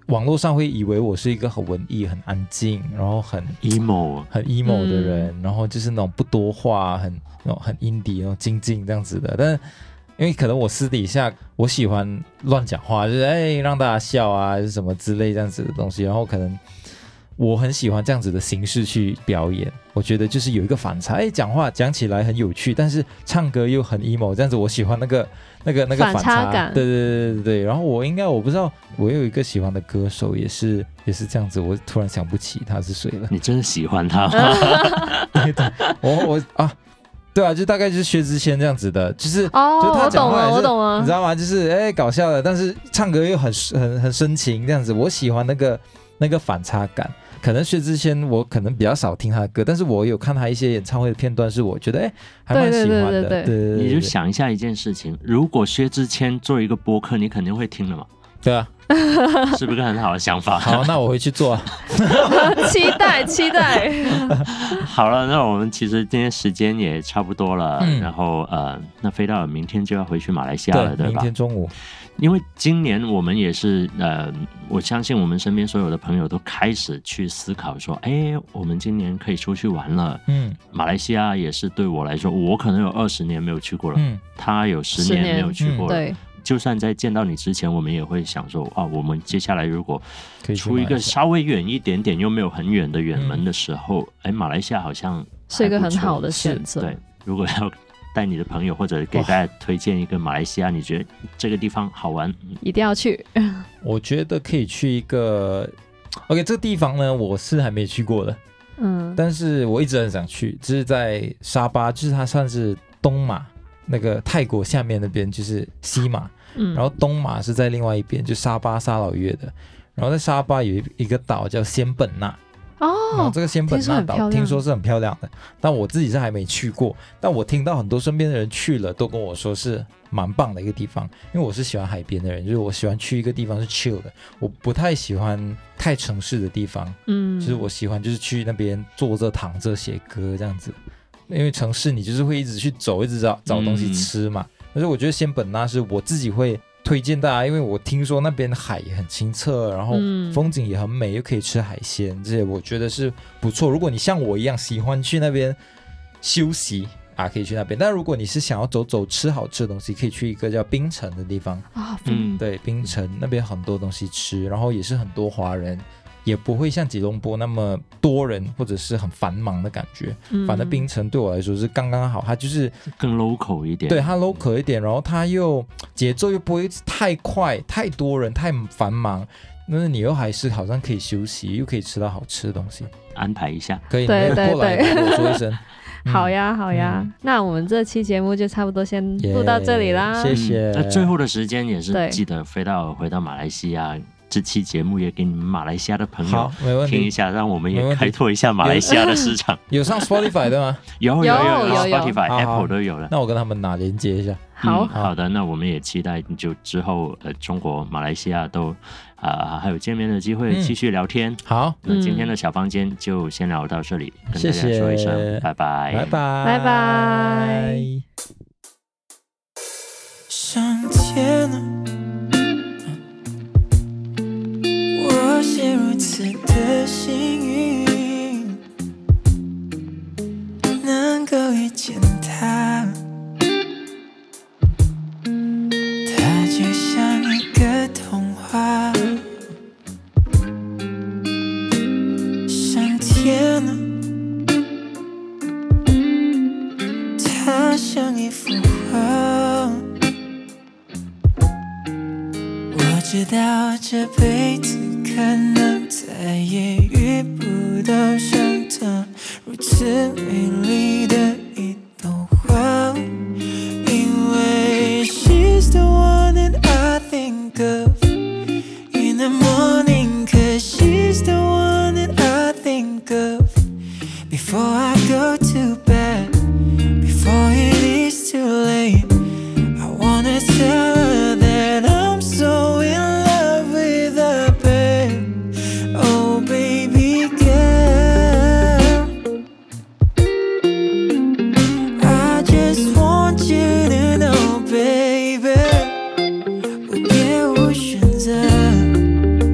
网络上会以为我是一个很文艺、很安静，然后很 emo 的人，然后就是那种不多话、那种很 indie 那种静静这样子的。但是因为可能我私底下我喜欢乱讲话，就是让大家笑啊，什么之类这样子的东西，然后可能我很喜欢这样子的形式去表演，我觉得就是有一个反差，讲话讲起来很有趣，但是唱歌又很 emo， 这样子我喜欢那个反差感。 对。然后我不知道，我有一个喜欢的歌手也是这样子，我突然想不起他是谁了。 你真的喜欢他吗？ 对，我对啊，就大概就是薛之谦这样子的，就是就他讲话我懂了， 你知道吗？就是搞笑的，但是唱歌又很深情这样子，我喜欢那个反差感。可能薛之谦我可能比较少听他的歌，但是我有看他一些演唱会的片段，是我觉得还蛮喜欢的。对， 你就想一下一件事情，如果薛之谦做一个播客，你肯定会听的嘛。 对啊， 是不是个很好的想法？ 好，那我会去做啊。 期待。 好了，那我们其实今天时间也差不多了，然后那飞到明天就要回去马来西亚了，对吧？ 明天中午。 因为今年我们也是我相信我们身边所有的朋友都开始去思考说，我们今年可以出去玩了。马来西亚也是对我来说，我可能有20年没有去过了，他有10年没有去过了。 对， 就算在见到你之前，我们也会想说，我们接下来如果出一个稍微远一点点又没有很远的远门的时候，马来西亚好像是一个很好的选择。 对，如果要带你的朋友或者给大家推荐一个马来西亚，你觉得这个地方好玩， 一定要去。 我觉得可以去一个 OK， 这个地方呢我是还没去过的，但是我一直很想去，就是在沙巴，就是它算是东马，那个泰国下面那边就是西马，然后东马是在另外一边，就沙巴沙劳越的，然后在沙巴有一个岛叫仙本那。然后这个仙本那岛听说是很漂亮的，但我自己是还没去过，但我听到很多身边的人去了都跟我说是蛮棒的一个地方，因为我是喜欢海边的人，就是我喜欢去一个地方是 chill 的，我不太喜欢太城市的地方，就是我喜欢就是去那边坐着躺着写歌这样子，因为城市你就是会一直去走，一直找东西吃嘛，但是我觉得仙本那是我自己会推荐大家，因为我听说那边海也很清澈，然后风景也很美，又可以吃海鲜，这些我觉得是不错。如果你像我一样喜欢去那边休息可以去那边。但如果你是想要走吃好吃的东西，可以去一个叫槟城的地方对，槟城那边很多东西吃，然后也是很多华人，也不会像吉隆坡那么多人或者是很繁忙的感觉。反正槟城对我来说是刚刚好，它就是更 local 一点， 对，它 local 一点，然后它又节奏又不会太快，太多人太繁忙，那你又还是好像可以休息，又可以吃到好吃的东西。 安排一下， 可以，你过来跟我说一声。 好呀，那我们这期节目就差不多先录到这里啦， 谢谢。 那最后的时间也是记得回到马来西亚，这期节目也给你们马来西亚的朋友听一下，让我们也开拓一下马来西亚的市场。 有上 Spotify 的吗？ 有 Spotify、Apple 都有了。 那我跟他们拿连接一下。 好的，那我们也期待就之后中国、马来西亚都还有见面的机会，继续聊天。 好， 那今天的小房间就先聊到这里，跟大家说一声拜拜， 拜拜。 上天啊，我是如此的幸运，能够遇见他。他就像一个童话，上天啊，他像一幅画。我知道这辈子可能再也遇不到像她如此美丽的一朵花，因为 she's the one that I think of in the morning, 'cause she's the one that I think of before I go to bed, before it is too late. I wanna tell her that I'm so in love with her, babe. Oh baby girl, I just want you to know, baby, 我别无选择。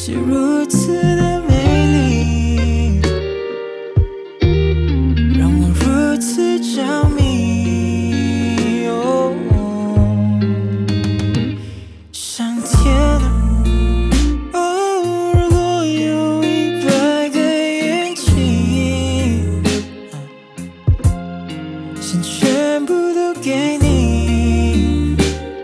是如此的美丽，让我如此着迷。哦，上天啊，哦，如果有100个眼睛，想全部都给你，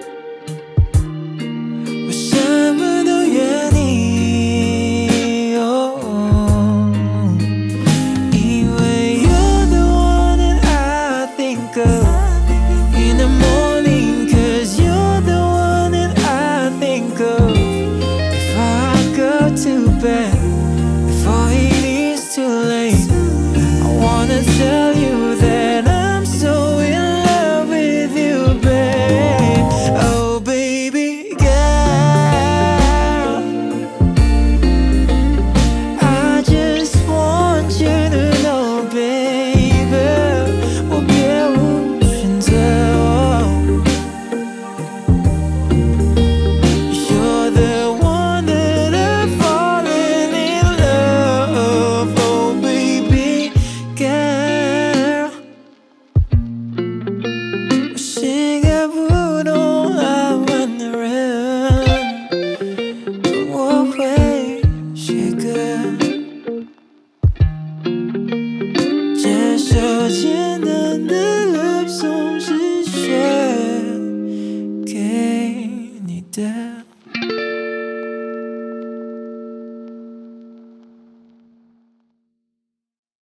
我什么都愿意。哦，因为 you're the one that I think of in the morning, 'cause you're the one that I think of before I go to bed, before it is too late. I wanna tell you that I'm so in love with you, babe. Oh, baby girl, I just want you to know, baby, 我别无选择。You're the one that I've fallen in love. Oh, baby girl, 我是个不懂爱玩的人，我会写歌，这首情